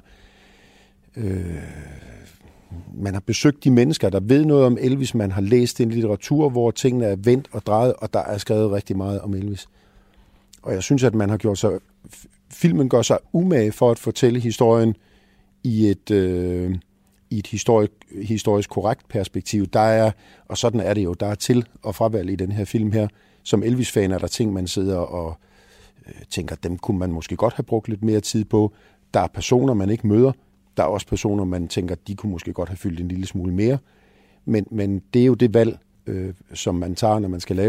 besøgt de mennesker, der ved noget om Elvis. Man har læst en litteratur, hvor tingene er vendt og drejet, og der er skrevet rigtig meget om Elvis. Og jeg synes, at man har gjort sig... Filmen gør sig umage for at fortælle historien i et historisk korrekt perspektiv. Der er, og sådan er det jo, der er til- og fravalg i den her film her. Som Elvis-fan er der ting, man sidder og tænker, dem kunne man måske godt have brugt lidt mere tid på. Der er personer, man ikke møder. Der er også personer, man tænker, de kunne måske godt have fyldt en lille smule mere. Men det er jo det valg, som man tager, når man skal lave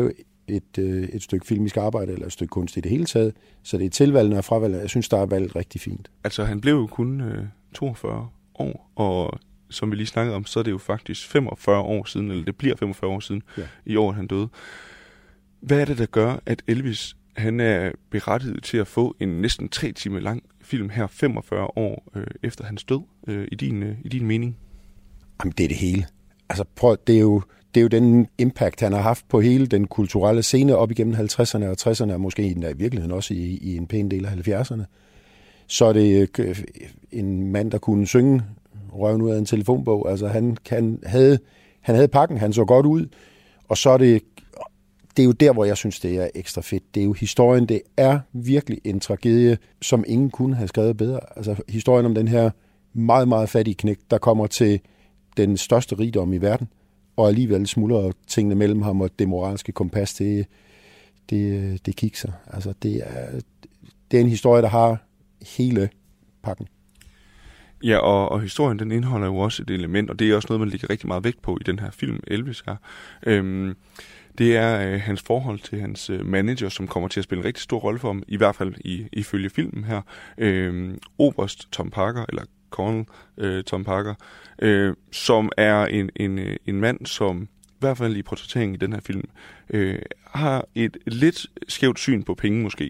et stykke filmisk arbejde, eller et stykke kunst i det hele taget. Så det er tilvalgene og fravalgene. Jeg synes, der er valgt rigtig fint.
Altså, han blev jo kun 42 år, og som vi lige snakkede om, så er det jo faktisk 45 år siden, eller det bliver 45 år siden, i år, han døde. Hvad er det, der gør, at Elvis, han er berettiget til at få en næsten 3 timer lang film her 45 år efter hans død, i din mening?
Jamen, det er det hele. Altså, det er jo den impact, han har haft på hele den kulturelle scene op igennem 50'erne og 60'erne, og måske i virkeligheden også i en pæn del af 70'erne. Så er det en mand, der kunne synge røven ud af en telefonbog. Altså, han havde pakken, han så godt ud, og så er det er jo der, hvor jeg synes, det er ekstra fedt. Det er jo historien, det er virkelig en tragedie, som ingen kunne have skrevet bedre. Altså, historien om den her meget, meget fattige knægt, der kommer til den største rigdom i verden, og alligevel smuldrer tingene mellem ham, og det moralske kompas, det kikser. Altså, det er en historie, der har hele pakken.
Ja, og historien, den indeholder jo også et element, og det er også noget, man lægger rigtig meget vægt på i den her film, Elvis her. Det er hans forhold til hans manager, som kommer til at spille en rigtig stor rolle for ham, i hvert fald ifølge filmen her. Oberst Tom Parker, eller Colonel Tom Parker, som er en mand, som i hvert fald i portrætteringen i den her film, har et lidt skævt syn på penge måske.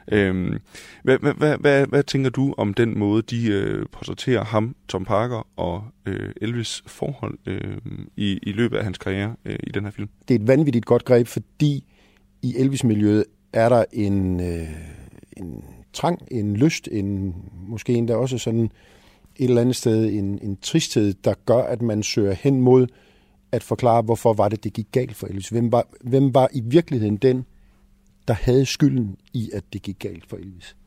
Hvad tænker du om den måde, de portrætterer ham, Tom Parker og Elvis forhold i løbet af hans karriere i den her film?
Det er et vanvittigt godt greb, fordi i Elvis-miljøet er der en trang, en lyst, måske endda også sådan et eller andet sted en tristhed, der gør, at man søger hen mod at forklare, hvorfor var det gik galt for Elvis. Hvem var i virkeligheden den, der havde skylden i, at det gik galt for Elvis?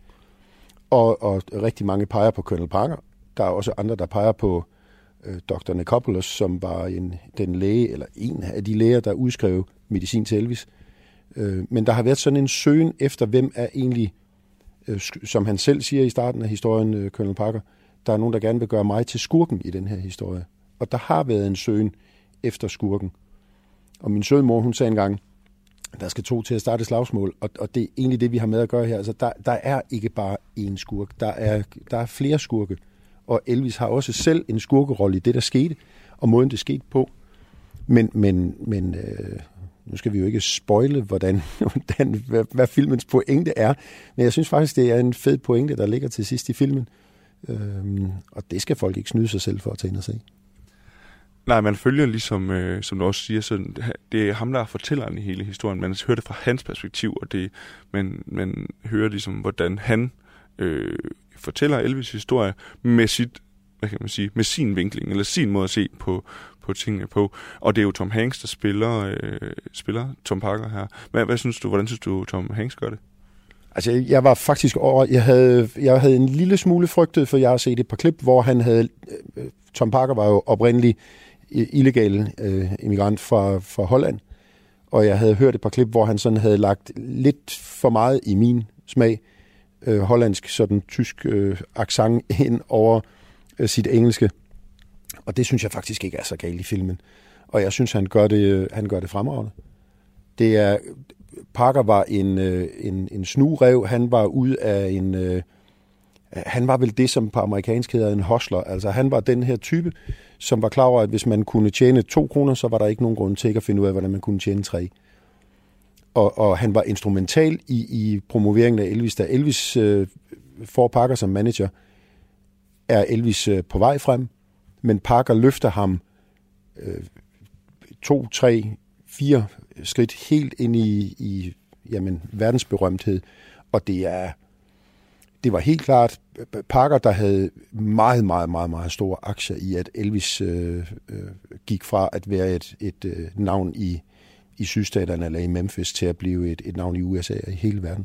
Og rigtig mange peger på Colonel Parker. Der er også andre, der peger på Dr. Nicopolos, som var den læge, eller en af de læger, der udskrev medicin til Elvis. Men der har været sådan en søgen efter, hvem er egentlig, som han selv siger i starten af historien, Colonel Parker, der er nogen, der gerne vil gøre mig til skurken i den her historie. Og der har været en søgen efter skurken. Og min sødmor, hun sagde engang, der skal 2 til at starte slagsmål, og det er egentlig det, vi har med at gøre her. Altså, der er ikke bare én skurk. Der er flere skurke. Og Elvis har også selv en skurkerolle i det, der skete, og måden det skete på. Men nu skal vi jo ikke spoile, hvad filmens pointe er, men jeg synes faktisk, det er en fed pointe, der ligger til sidst i filmen. Og det skal folk ikke snyde sig selv for at tage ind og se.
Nej, man følger ligesom, som du også siger, så det er ham, der er fortælleren i hele historien. Man hører det fra hans perspektiv, og man hører ligesom, hvordan han fortæller Elvis' historie med sit, hvad kan man sige, med sin vinkling, eller sin måde at se på tingene på. Og det er jo Tom Hanks, der spiller Tom Parker her. Hvordan synes du, Tom Hanks gør det?
Altså, jeg var faktisk jeg havde en lille smule frygtet, for jeg har set et par klip, hvor han havde, Tom Parker var jo oprindelig illegal immigrant fra Holland, og jeg havde hørt et par klip, hvor han sådan havde lagt lidt for meget i min smag, hollandsk, sådan tysk accent ind over sit engelske, og det synes jeg faktisk ikke er så galt i filmen, og jeg synes, han gør det fremragende. Det er Parker var en snurev. Han var ud af han var vel det, som på amerikansk hedder en hustler. Altså han var den her type, som var klar over, at hvis man kunne tjene 2 kroner, så var der ikke nogen grund til at finde ud af, hvordan man kunne tjene 3. Og han var instrumental i promoveringen af Elvis. Da Elvis får Parker som manager, er Elvis på vej frem, men Parker løfter ham 2, 3, 4 skridt helt ind i verdensberømthed. Og det var helt klart Parker, der havde meget, meget, meget, meget store aktier i, at Elvis gik fra at være et navn i sydstaterne eller i Memphis til at blive et navn i USA og i hele verden.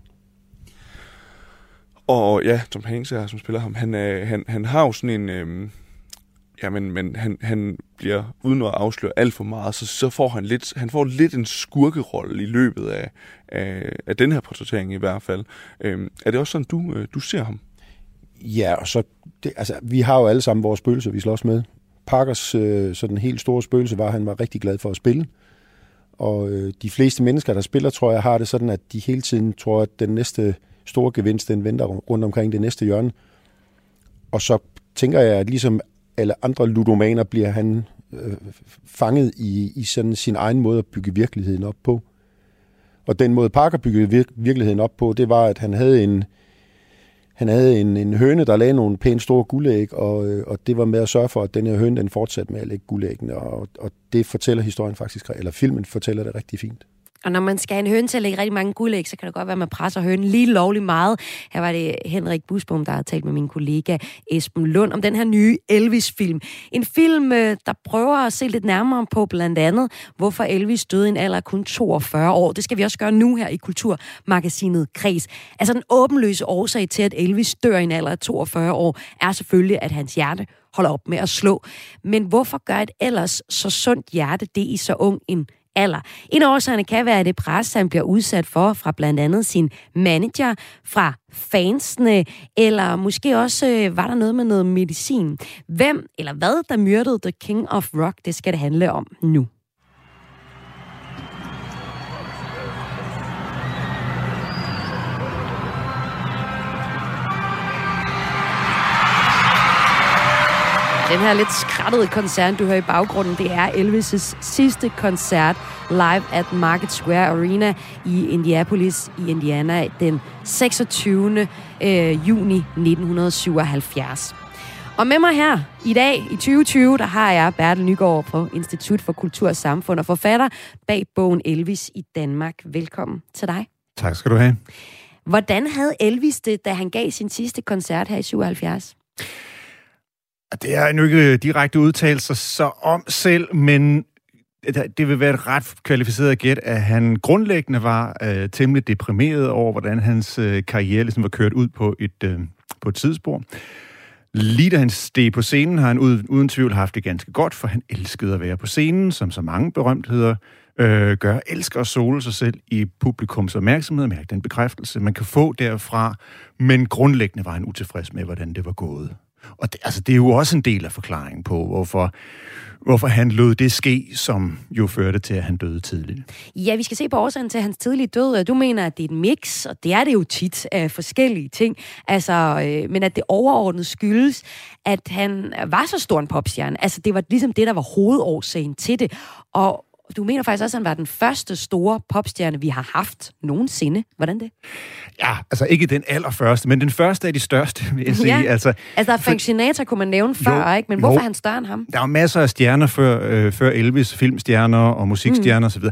Og ja, Tom Hanks er, som spiller ham, han har jo sådan en... men han bliver, uden at afsløre alt for meget, så får han får lidt en skurkerolle i løbet af den her portrættering i hvert fald. Er det også sådan, du ser ham?
Ja, og så vi har jo alle sammen vores spøgelser, vi slås med. Parkers sådan helt store spøgelse var, at han var rigtig glad for at spille. Og de fleste mennesker, der spiller, tror jeg, har det sådan, at de hele tiden tror, at den næste store gevinst, den venter rundt omkring det næste hjørne. Og så tænker jeg, at ligesom alle andre ludomaner, bliver han fanget i sådan sin egen måde at bygge virkeligheden op på. Og den måde, Parker byggede virkeligheden op på, det var, at han havde en høne, der lagde nogle pænt store guldæg, og det var med at sørge for, at den her høne, den fortsatte med at lægge guldæggene, og det fortæller historien faktisk, eller filmen fortæller det rigtig fint.
Og når man skal have en høne til at lægge rigtig mange guldæg, så kan det godt være, at man presser hønen lige lovligt meget. Her var det Henrik Busbom, der har talt med min kollega Esben Lund om den her nye Elvis-film. En film, der prøver at se lidt nærmere på blandt andet, hvorfor Elvis døde i en alder af kun 42 år. Det skal vi også gøre nu her i Kulturmagasinet Kreds. Altså den åbenløse årsag til, at Elvis dør i en alder af 42 år, er selvfølgelig, at hans hjerte holder op med at slå. Men hvorfor gør et ellers så sundt hjerte det i så ung en alder? En af årsagerne kan være det pres, han bliver udsat for fra blandt andet sin manager, fra fansene, eller måske også var der noget med noget medicin. Hvem eller hvad, der myrdede The King of Rock, det skal det handle om nu. Den her lidt skrattede koncert, du hører i baggrunden, det er Elvis' sidste koncert live at Market Square Arena i Indianapolis i Indiana den 26. juni 1977. Og med mig her i dag, i 2020, der har jeg Bertel Nygaard fra Institut for Kultur og Samfund og forfatter bag bogen Elvis i Danmark. Velkommen til dig.
Tak skal du have.
Hvordan havde Elvis det, da han gav sin sidste koncert her i 77?
Det er jo ikke direkte udtalelser så om selv, men det vil være et ret kvalificeret gæt, at han grundlæggende var temmelig deprimeret over, hvordan hans karriere ligesom var kørt ud på et tidsspor. Lige da han steg på scenen, har han uden tvivl haft det ganske godt, for han elskede at være på scenen, som så mange berømtheder gør. Elsker at sole sig selv i publikums opmærksomhed, mærke den bekræftelse, man kan få derfra, men grundlæggende var han utilfreds med, hvordan det var gået. Og det er jo også en del af forklaringen på, hvorfor han lod det ske, som jo førte til, at han døde tidligt. Ja, vi skal se på årsagen til hans tidlige død. Du mener, at det er et mix, og det er det jo tit af forskellige ting. Men at det overordnet skyldes, at han var så stor en popstjerne. Altså, det var ligesom det, der var hovedårsagen til det. Og du mener faktisk også, at han var den første store popstjerne, vi har haft nogensinde. Hvordan det? Ja, altså ikke den allerførste, men den første af de største, vil jeg sige. Altså Frank Sinatra kunne man nævne før, ikke? Men hvorfor er han større end ham? Der var masser af stjerner før Elvis, filmstjerner og musikstjerner osv.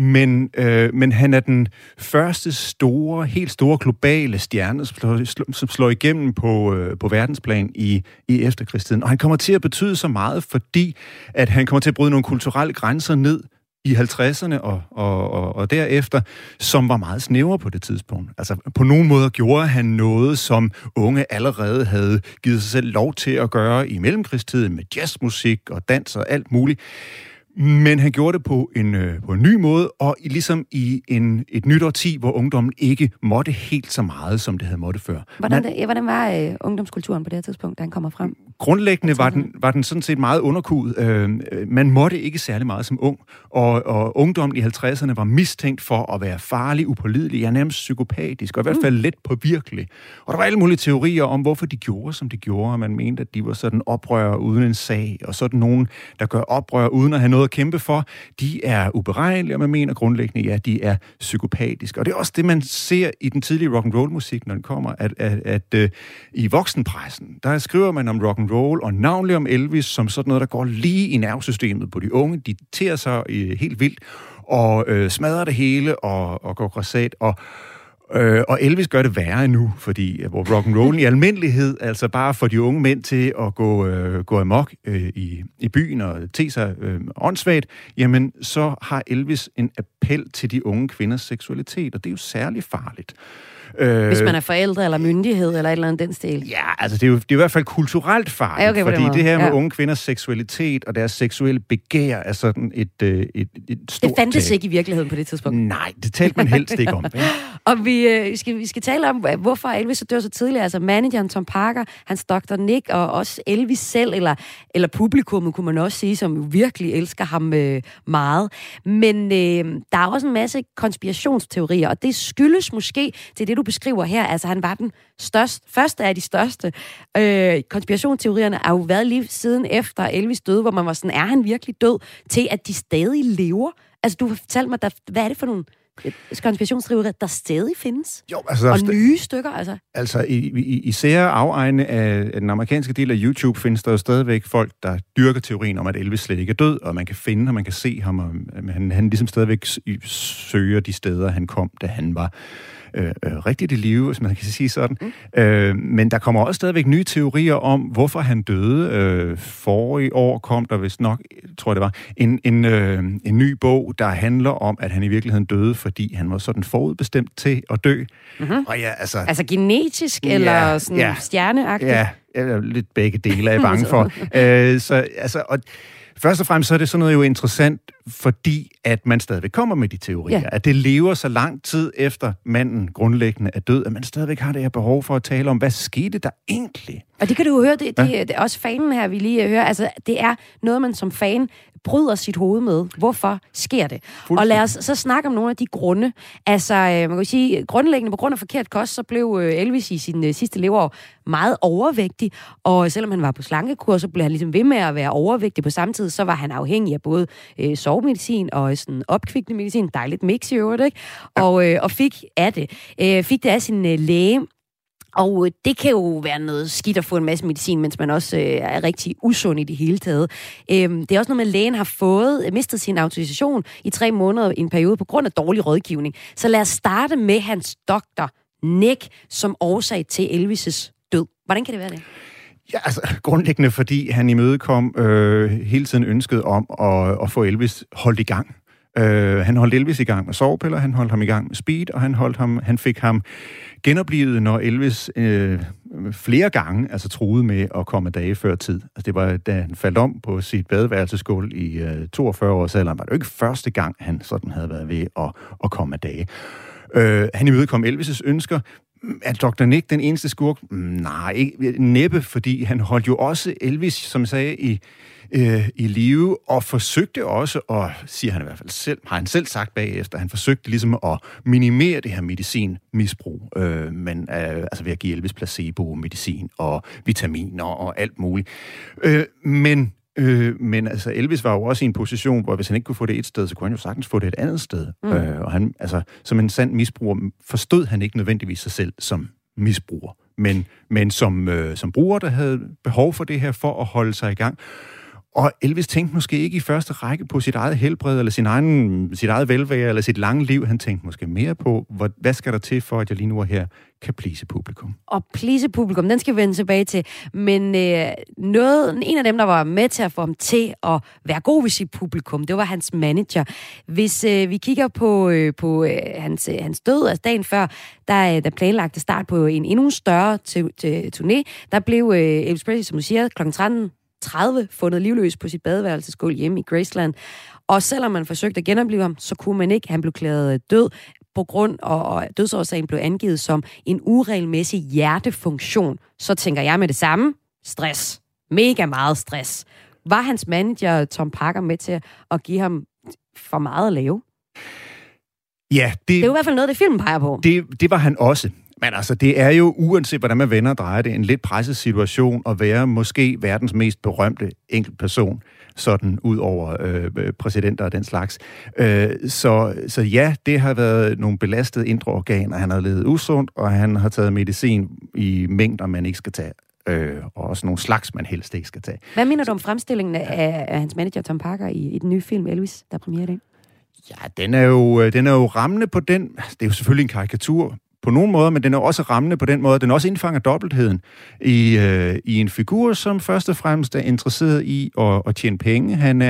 Men han er den første helt store globale stjerne, som slår igennem på verdensplan i efterkrigstiden. Og han kommer til at betyde så meget, fordi at han kommer til at bryde nogle kulturelle grænser ned i 50'erne og derefter, som var meget snævre på det tidspunkt. Altså, på nogen måde gjorde han noget, som unge allerede havde givet sig selv lov til at gøre i mellemkrigstiden med jazzmusik og dans og alt muligt. Men han gjorde det på en ny måde, og ligesom i et nyt årti, hvor ungdommen ikke måtte helt så meget, som det havde måtte før. Hvordan var ungdomskulturen på det her tidspunkt, da han kommer frem? Grundlæggende var den sådan set meget underkuet. Man måtte ikke særlig meget som ung, og ungdommen i 50'erne var mistænkt for at være farlig, upålidelig, ja, nærmest psykopatisk, og i hvert fald let påvirkelig. Og der var alle mulige teorier om, hvorfor de gjorde, som de gjorde. Man mente, at de var sådan oprørere uden en sag, og sådan nogen, der gør oprør uden at have noget at kæmpe for, de er uberegnelige, og man mener grundlæggende, ja, de er psykopatiske. Og det er også det, man ser i den tidlige rock'n'roll-musik, når den kommer, at i voksenpressen, der skriver man om rock'n'roll, og navnlig om Elvis, som sådan noget, der går lige i nervesystemet på de unge. De terer sig helt vildt, og smadrer det hele, og går græsat, og Elvis gør det værre nu, fordi hvor rock'n'roll i almindelighed, altså bare for de unge mænd til at gå amok i byen og te sig åndssvagt, jamen så har Elvis en appel til de unge kvinders seksualitet, og det er jo særlig farligt.
Hvis man er forældre eller myndighed eller et eller andet den stil.
Ja, altså det er i hvert fald kulturelt farligt,
okay,
fordi det her med
ja.
unge kvinders seksualitet og deres seksuelle begær er sådan et stort
det fandtes ikke i virkeligheden på det tidspunkt.
Nej, det talte man helst ikke om.
Og vi skal tale om, hvorfor Elvis så dør så tidligt. Altså manageren Tom Parker, hans Dr. Nick og også Elvis selv, eller publikummet, kunne man også sige, som virkelig elsker ham meget. Men der er også en masse konspirationsteorier, og det skyldes måske til det, du beskriver her. Altså han var den første af de største. Konspirationsteorierne har jo været lige siden efter Elvis døde, hvor man var sådan, er han virkelig død, til at de stadig lever? Altså du fortalte mig, hvad er det for nogle konspirationsteorier, der stadig findes?
Jo, altså,
og nye stykker, altså? Altså,
i sære afegne af den amerikanske del af YouTube findes der jo stadigvæk folk, der dyrker teorien om, at Elvis slet ikke er død, og man kan finde ham, man kan se ham, og han ligesom stadigvæk søger de steder, han kom, da han var rigtigt i live, hvis man kan sige sådan. Men der kommer også stadigvæk nye teorier om, hvorfor han døde. Forrige år kom der vist nok, tror jeg det var, en ny bog, der handler om, at han i virkeligheden døde, fordi han var sådan forudbestemt til at dø.
Mm-hmm.
Og ja,
altså genetisk eller sådan stjerneagtigt?
Ja, lidt begge dele er jeg bange for. Og først og fremmest så er det sådan noget jo interessant, fordi at man stadigvæk kommer med de teorier. Ja. At det lever så lang tid efter manden grundlæggende er død, at man stadigvæk har det her behov for at tale om, hvad skete der egentlig?
Og det kan du jo høre, det er også fanen her, vi lige hører. Altså, det er noget, man som fan bryder sit hoved med. Hvorfor sker det? Og lad os så snakke om nogle af de grunde. Altså, man kan sige, grundlæggende på grund af forkert kost, så blev Elvis i sin sidste leveår meget overvægtig. Og selvom han var på slankekur, så blev han ligesom ved med at være overvægtig. På samme tid, så var han afhængig af både sovemedicin og sådan opkvikkende medicin. Dejligt mix i øvrigt, ikke? Og fik det af sin læge. Og det kan jo være noget skidt at få en masse medicin, mens man også er rigtig usund i det hele taget. Det er også noget med, at lægen har mistet sin autorisation i 3 måneder i en periode på grund af dårlig rådgivning. Så lad os starte med hans doktor Nick som årsag til Elvis' død. Hvordan kan det være det?
Ja, altså grundlæggende, fordi han imødekom hele tiden ønsket om at få Elvis holdt i gang. Han holdt Elvis i gang med sovepiller, han holdt ham i gang med speed, og han fik ham genoplivet, når Elvis flere gange truede med at komme dage før tid. Altså det var, da han faldt om på sit badeværelsesgulv i 42 års alderen, var det jo ikke første gang, han sådan havde været ved at komme af dage. Han imødekom Elvis' ønsker. Er Dr. Nick den eneste skurk? Nej, ikke næppe, fordi han holdt jo også Elvis, som jeg sagde, i live, og forsøgte også, og siger han i hvert fald selv, har han selv sagt bagefter, han forsøgte ligesom at minimere det her medicinmisbrug, men ved at give Elvis placebo-medicin og vitaminer og alt muligt. Men altså, Elvis var jo også i en position, hvor hvis han ikke kunne få det et sted, så kunne han jo sagtens få det et andet sted. Og han, som en sand misbruger, forstod han ikke nødvendigvis sig selv som misbruger, men som bruger, der havde behov for det her for at holde sig i gang. Og Elvis tænkte måske ikke i første række på sit eget helbred, eller sit eget velvære, eller sit lange liv. Han tænkte måske mere på, hvad skal der til for, at jeg lige nu er her, kan please publikum. Og
please publikum, den skal vi vende tilbage til. Men en af dem, der var med til at få ham til at være god ved sit publikum, det var hans manager. Hvis vi kigger på hans død, altså dagen før, der planlagte start på en endnu større turné, der blev Elvis Presley, som du siger, kl. 13:30 fundet livløs på sit badeværelsesgulv hjemme i Graceland. Og selvom man forsøgte at genopleve ham, så kunne man ikke. Han blev erklæret død på grund, og dødsårsagen blev angivet som en uregelmæssig hjertefunktion. Så tænker jeg med det samme. Stress. Mega meget stress. Var hans manager Tom Parker med til at give ham for meget at lave?
Ja, det
er jo i hvert fald noget, det filmen peger på.
Det var han også. Men altså, det er jo, uanset hvordan man vender og drejer det, en lidt presset situation at være måske verdens mest berømte enkeltperson, sådan ud over præsidenter og den slags. Så ja, det har været nogle belastede indre organer. Han har levet usundt, og han har taget medicin i mængder, man ikke skal tage. Og også nogle slags, man helst ikke skal tage.
Hvad mener du om fremstillingen af hans manager Tom Parker i den nye film Elvis, der er premiere i dag?
Ja, den er jo rammende på den. Det er jo selvfølgelig en karikatur på nogle måder, men den er også rammende på den måde, den også indfanger dobbeltheden i en figur, som først og fremmest er interesseret i at tjene penge. Han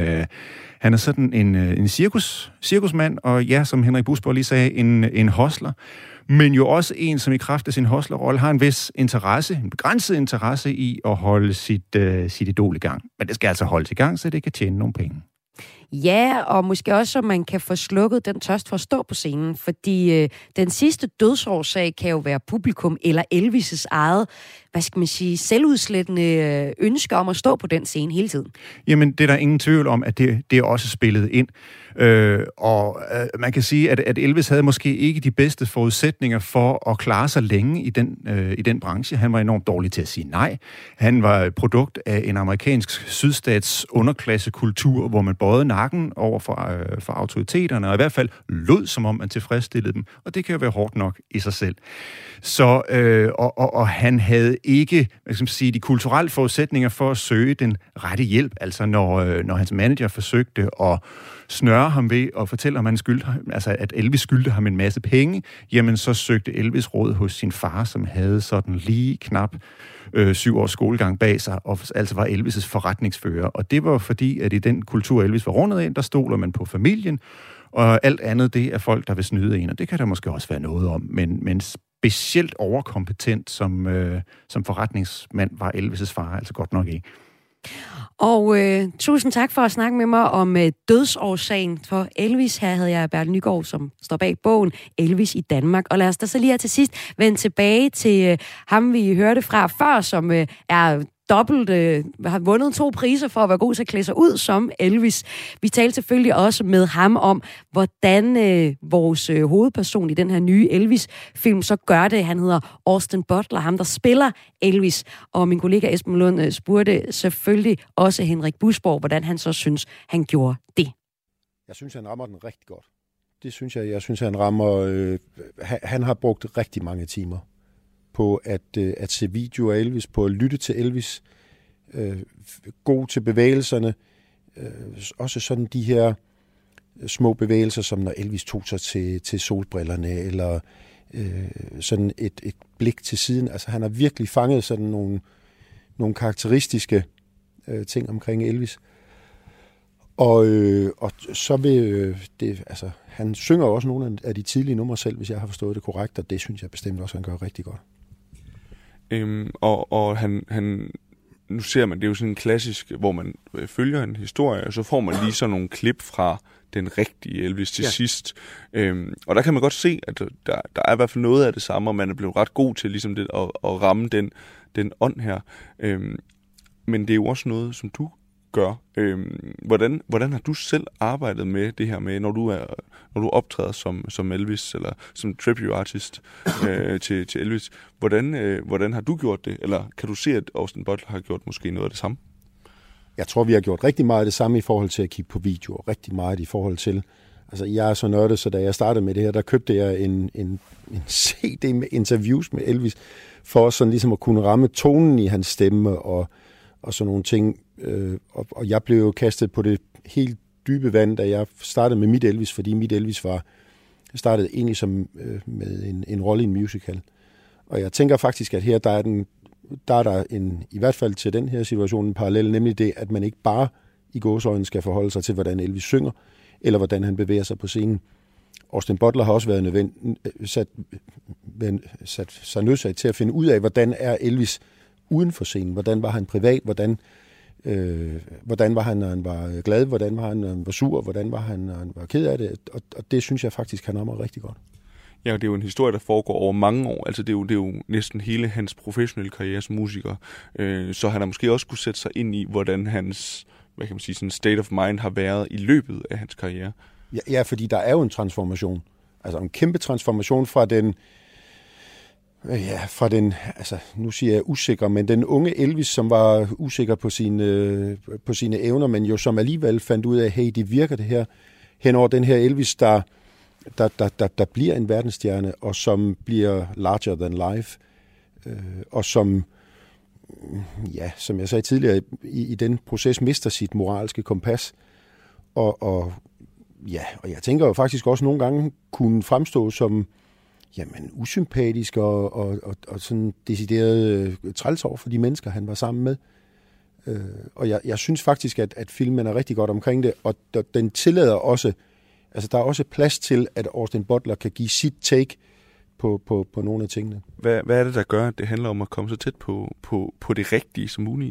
er sådan en cirkusmand, og ja, som Henrik Busborg lige sagde, en hustler, men jo også en, som i kraft af sin hustlerrolle har en vis interesse, en begrænset interesse i at holde sit idol i gang. Men det skal altså holdes i gang, så det kan tjene nogle penge.
Ja, og måske også, så man kan få slukket den tørst for at stå på scenen, fordi den sidste dødsårsag kan jo være publikum eller Elvis' eget, hvad skal man sige, selvudslættende ønske om at stå på den scene hele tiden. Jamen, det er der ingen tvivl om, at det er også spillet ind. Man kan sige, at Elvis havde måske ikke de bedste forudsætninger for at klare sig længe i den branche. Han var enormt dårlig til at sige nej. Han var et produkt af en amerikansk sydstats underklassekultur, hvor man bøjede nakken over for autoriteterne, og i hvert fald lød, som om man tilfredsstillede dem. Og det kan jo være hårdt nok i sig selv. Så, og han havde ikke, hvad skal man sige, de kulturelle forudsætninger for at søge den rette hjælp. Altså når hans manager forsøgte at snøre ham ved og fortælle, om at Elvis skyldte ham en masse penge, jamen så søgte Elvis råd hos sin far, som havde sådan lige knap 7 års skolegang bag sig, og altså var Elvis' forretningsfører. Og det var fordi, at i den kultur, Elvis var rundet ind, der stoler man på familien, og alt andet, det er folk, der vil snyde en, og det kan der måske også være noget om, men specielt overkompetent som forretningsmand var Elvis' far altså godt nok ikke. Og tusind tak for at snakke med mig om dødsårsagen for Elvis. Her havde jeg Bertel Nygaard, som står bag bogen Elvis i Danmark. Og lad os da så lige her til sidst vende tilbage til ham, vi hørte fra før, som er har vundet 2 priser for at være god til at klæde sig ud som Elvis. Vi talte selvfølgelig også med ham om, hvordan vores hovedperson i den her nye Elvis-film så gør det. Han hedder Austin Butler, ham der spiller Elvis. Og min kollega Esben Lund spurgte selvfølgelig også Henrik Busborg, hvordan han så synes, han gjorde det.
Jeg synes, han rammer den rigtig godt. Det synes jeg. Jeg synes, han rammer... han har brugt rigtig mange timer på at se video af Elvis, på at lytte til Elvis, god til bevægelserne, også sådan de her små bevægelser, som når Elvis tog sig til solbrillerne, eller sådan et blik til siden. Altså han har virkelig fanget sådan nogle karakteristiske ting omkring Elvis. Og så vil det, altså han synger også nogle af de tidlige numre selv, hvis jeg har forstået det korrekt, og det synes jeg bestemt også, han gør rigtig godt.
Og han nu ser man, det er jo sådan en klassisk, hvor man følger en historie, og så får man lige sådan nogle klip fra den rigtige Elvis til sidst. Og der kan man godt se, at der er i hvert fald noget af det samme, og man er blevet ret god til ligesom det, at ramme den ånd her. Men det er jo også noget, som du gør. Hvordan har du selv arbejdet med det her med, når du optræder som Elvis eller som tribute artist til Elvis? Hvordan har du gjort det? Eller kan du se, at Austin Butler har gjort måske noget af det samme?
Jeg tror, vi har gjort rigtig meget af det samme i forhold til at kigge på videoer. Rigtig meget i forhold til... Altså, jeg er så nørdet, så da jeg startede med det her, der købte jeg en CD med interviews med Elvis, for sådan ligesom at kunne ramme tonen i hans stemme og sådan nogle ting. Og jeg blev jo kastet på det helt dybe vand, da jeg startede med mit Elvis, fordi mit Elvis startede egentlig som med en rolle i en musical. Og jeg tænker faktisk, at her der er der i hvert fald til den her situation en parallel, nemlig det, at man ikke bare i gåseøjne skal forholde sig til, hvordan Elvis synger, eller hvordan han bevæger sig på scenen. Austin Butler har også været sat sig nødsat til at finde ud af, hvordan er Elvis uden for scenen. Hvordan var han privat? Hvordan var han, når han var glad? Hvordan var han, når han var sur? Hvordan var han, når han var ked af det? Og det synes jeg faktisk, han rammer rigtig godt.
Ja, det er jo en historie, der foregår over mange år. Altså, det er jo næsten hele hans professionelle karriere som musiker. Så han har måske også kunne sætte sig ind i, hvordan hans, hvad kan man sige, sådan state of mind har været i løbet af hans karriere.
Ja, fordi der er jo en transformation. Altså en kæmpe transformation fra den, altså nu siger jeg usikker, men den unge Elvis, som var usikker på sine evner, men jo som alligevel fandt ud af, hey, det virker det her, henover den her Elvis, der bliver en verdensstjerne, og som bliver larger than life, og som jeg sagde tidligere, i den proces mister sit moralske kompas, og jeg tænker jo faktisk også nogle gange kunne fremstå som jamen, usympatisk og sådan decideret træls over for de mennesker, han var sammen med. Og jeg synes faktisk, at filmen er rigtig godt omkring det, og den tillader også, altså der er også plads til, at Austin Butler kan give sit take på nogle af tingene.
Hvad er det, der gør, at det handler om at komme så tæt på det rigtige som muligt?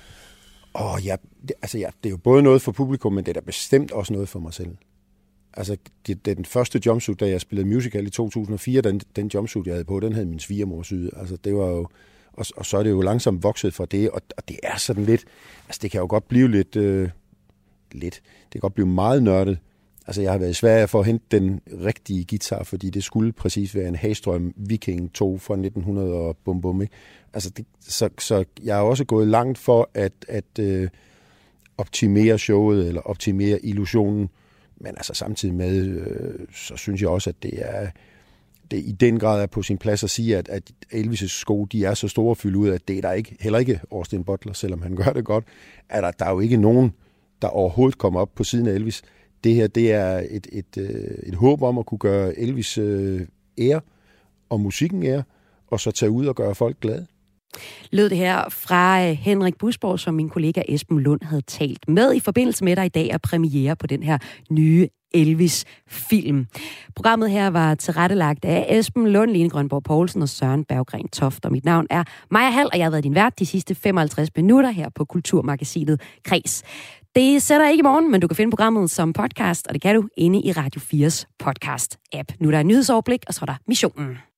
Det er jo både noget for publikum, men det er da bestemt også noget for mig selv. Altså, den første jumpsuit, da jeg spillede musical i 2004, den jumpsuit, jeg havde på, den havde min svigermor syet. Altså, det var jo... Og så er det jo langsomt vokset fra det, og det er sådan lidt... Altså, det kan jo godt blive lidt... Det kan godt blive meget nørdet. Altså, jeg har været i Sverige for at hente den rigtige guitar, fordi det skulle præcis være en Hagstrøm Viking 2 fra 1900 og bum bum, ikke? Altså, så jeg har også gået langt for at optimere showet, eller optimere illusionen, men altså samtidig med, så synes jeg også, at det i den grad er på sin plads at sige, at Elvis' sko, de er så store at fylde ud, at det er der ikke, heller ikke Austin Butler, selvom han gør det godt, at der er jo ikke nogen, der overhovedet kommer op på siden af Elvis. Det her, det er et håb om at kunne gøre Elvis ære, og musikken ære, og så tage ud og gøre folk glade.
Lød det her fra Henrik Busborg, som min kollega Esben Lund havde talt med i forbindelse med, at der i dag er premiere på den her nye Elvis-film. Programmet her var tilrettelagt af Esben Lund, Line Grønborg Poulsen og Søren Berggren Toft. Og mit navn er Maja Hall, og jeg har været din vært de sidste 55 minutter her på Kulturmagasinet Kreds. Det sætter ikke i morgen, men du kan finde programmet som podcast, og det kan du inde i Radio 4's podcast-app. Nu er der en nyhedsoverblik, og så er der missionen.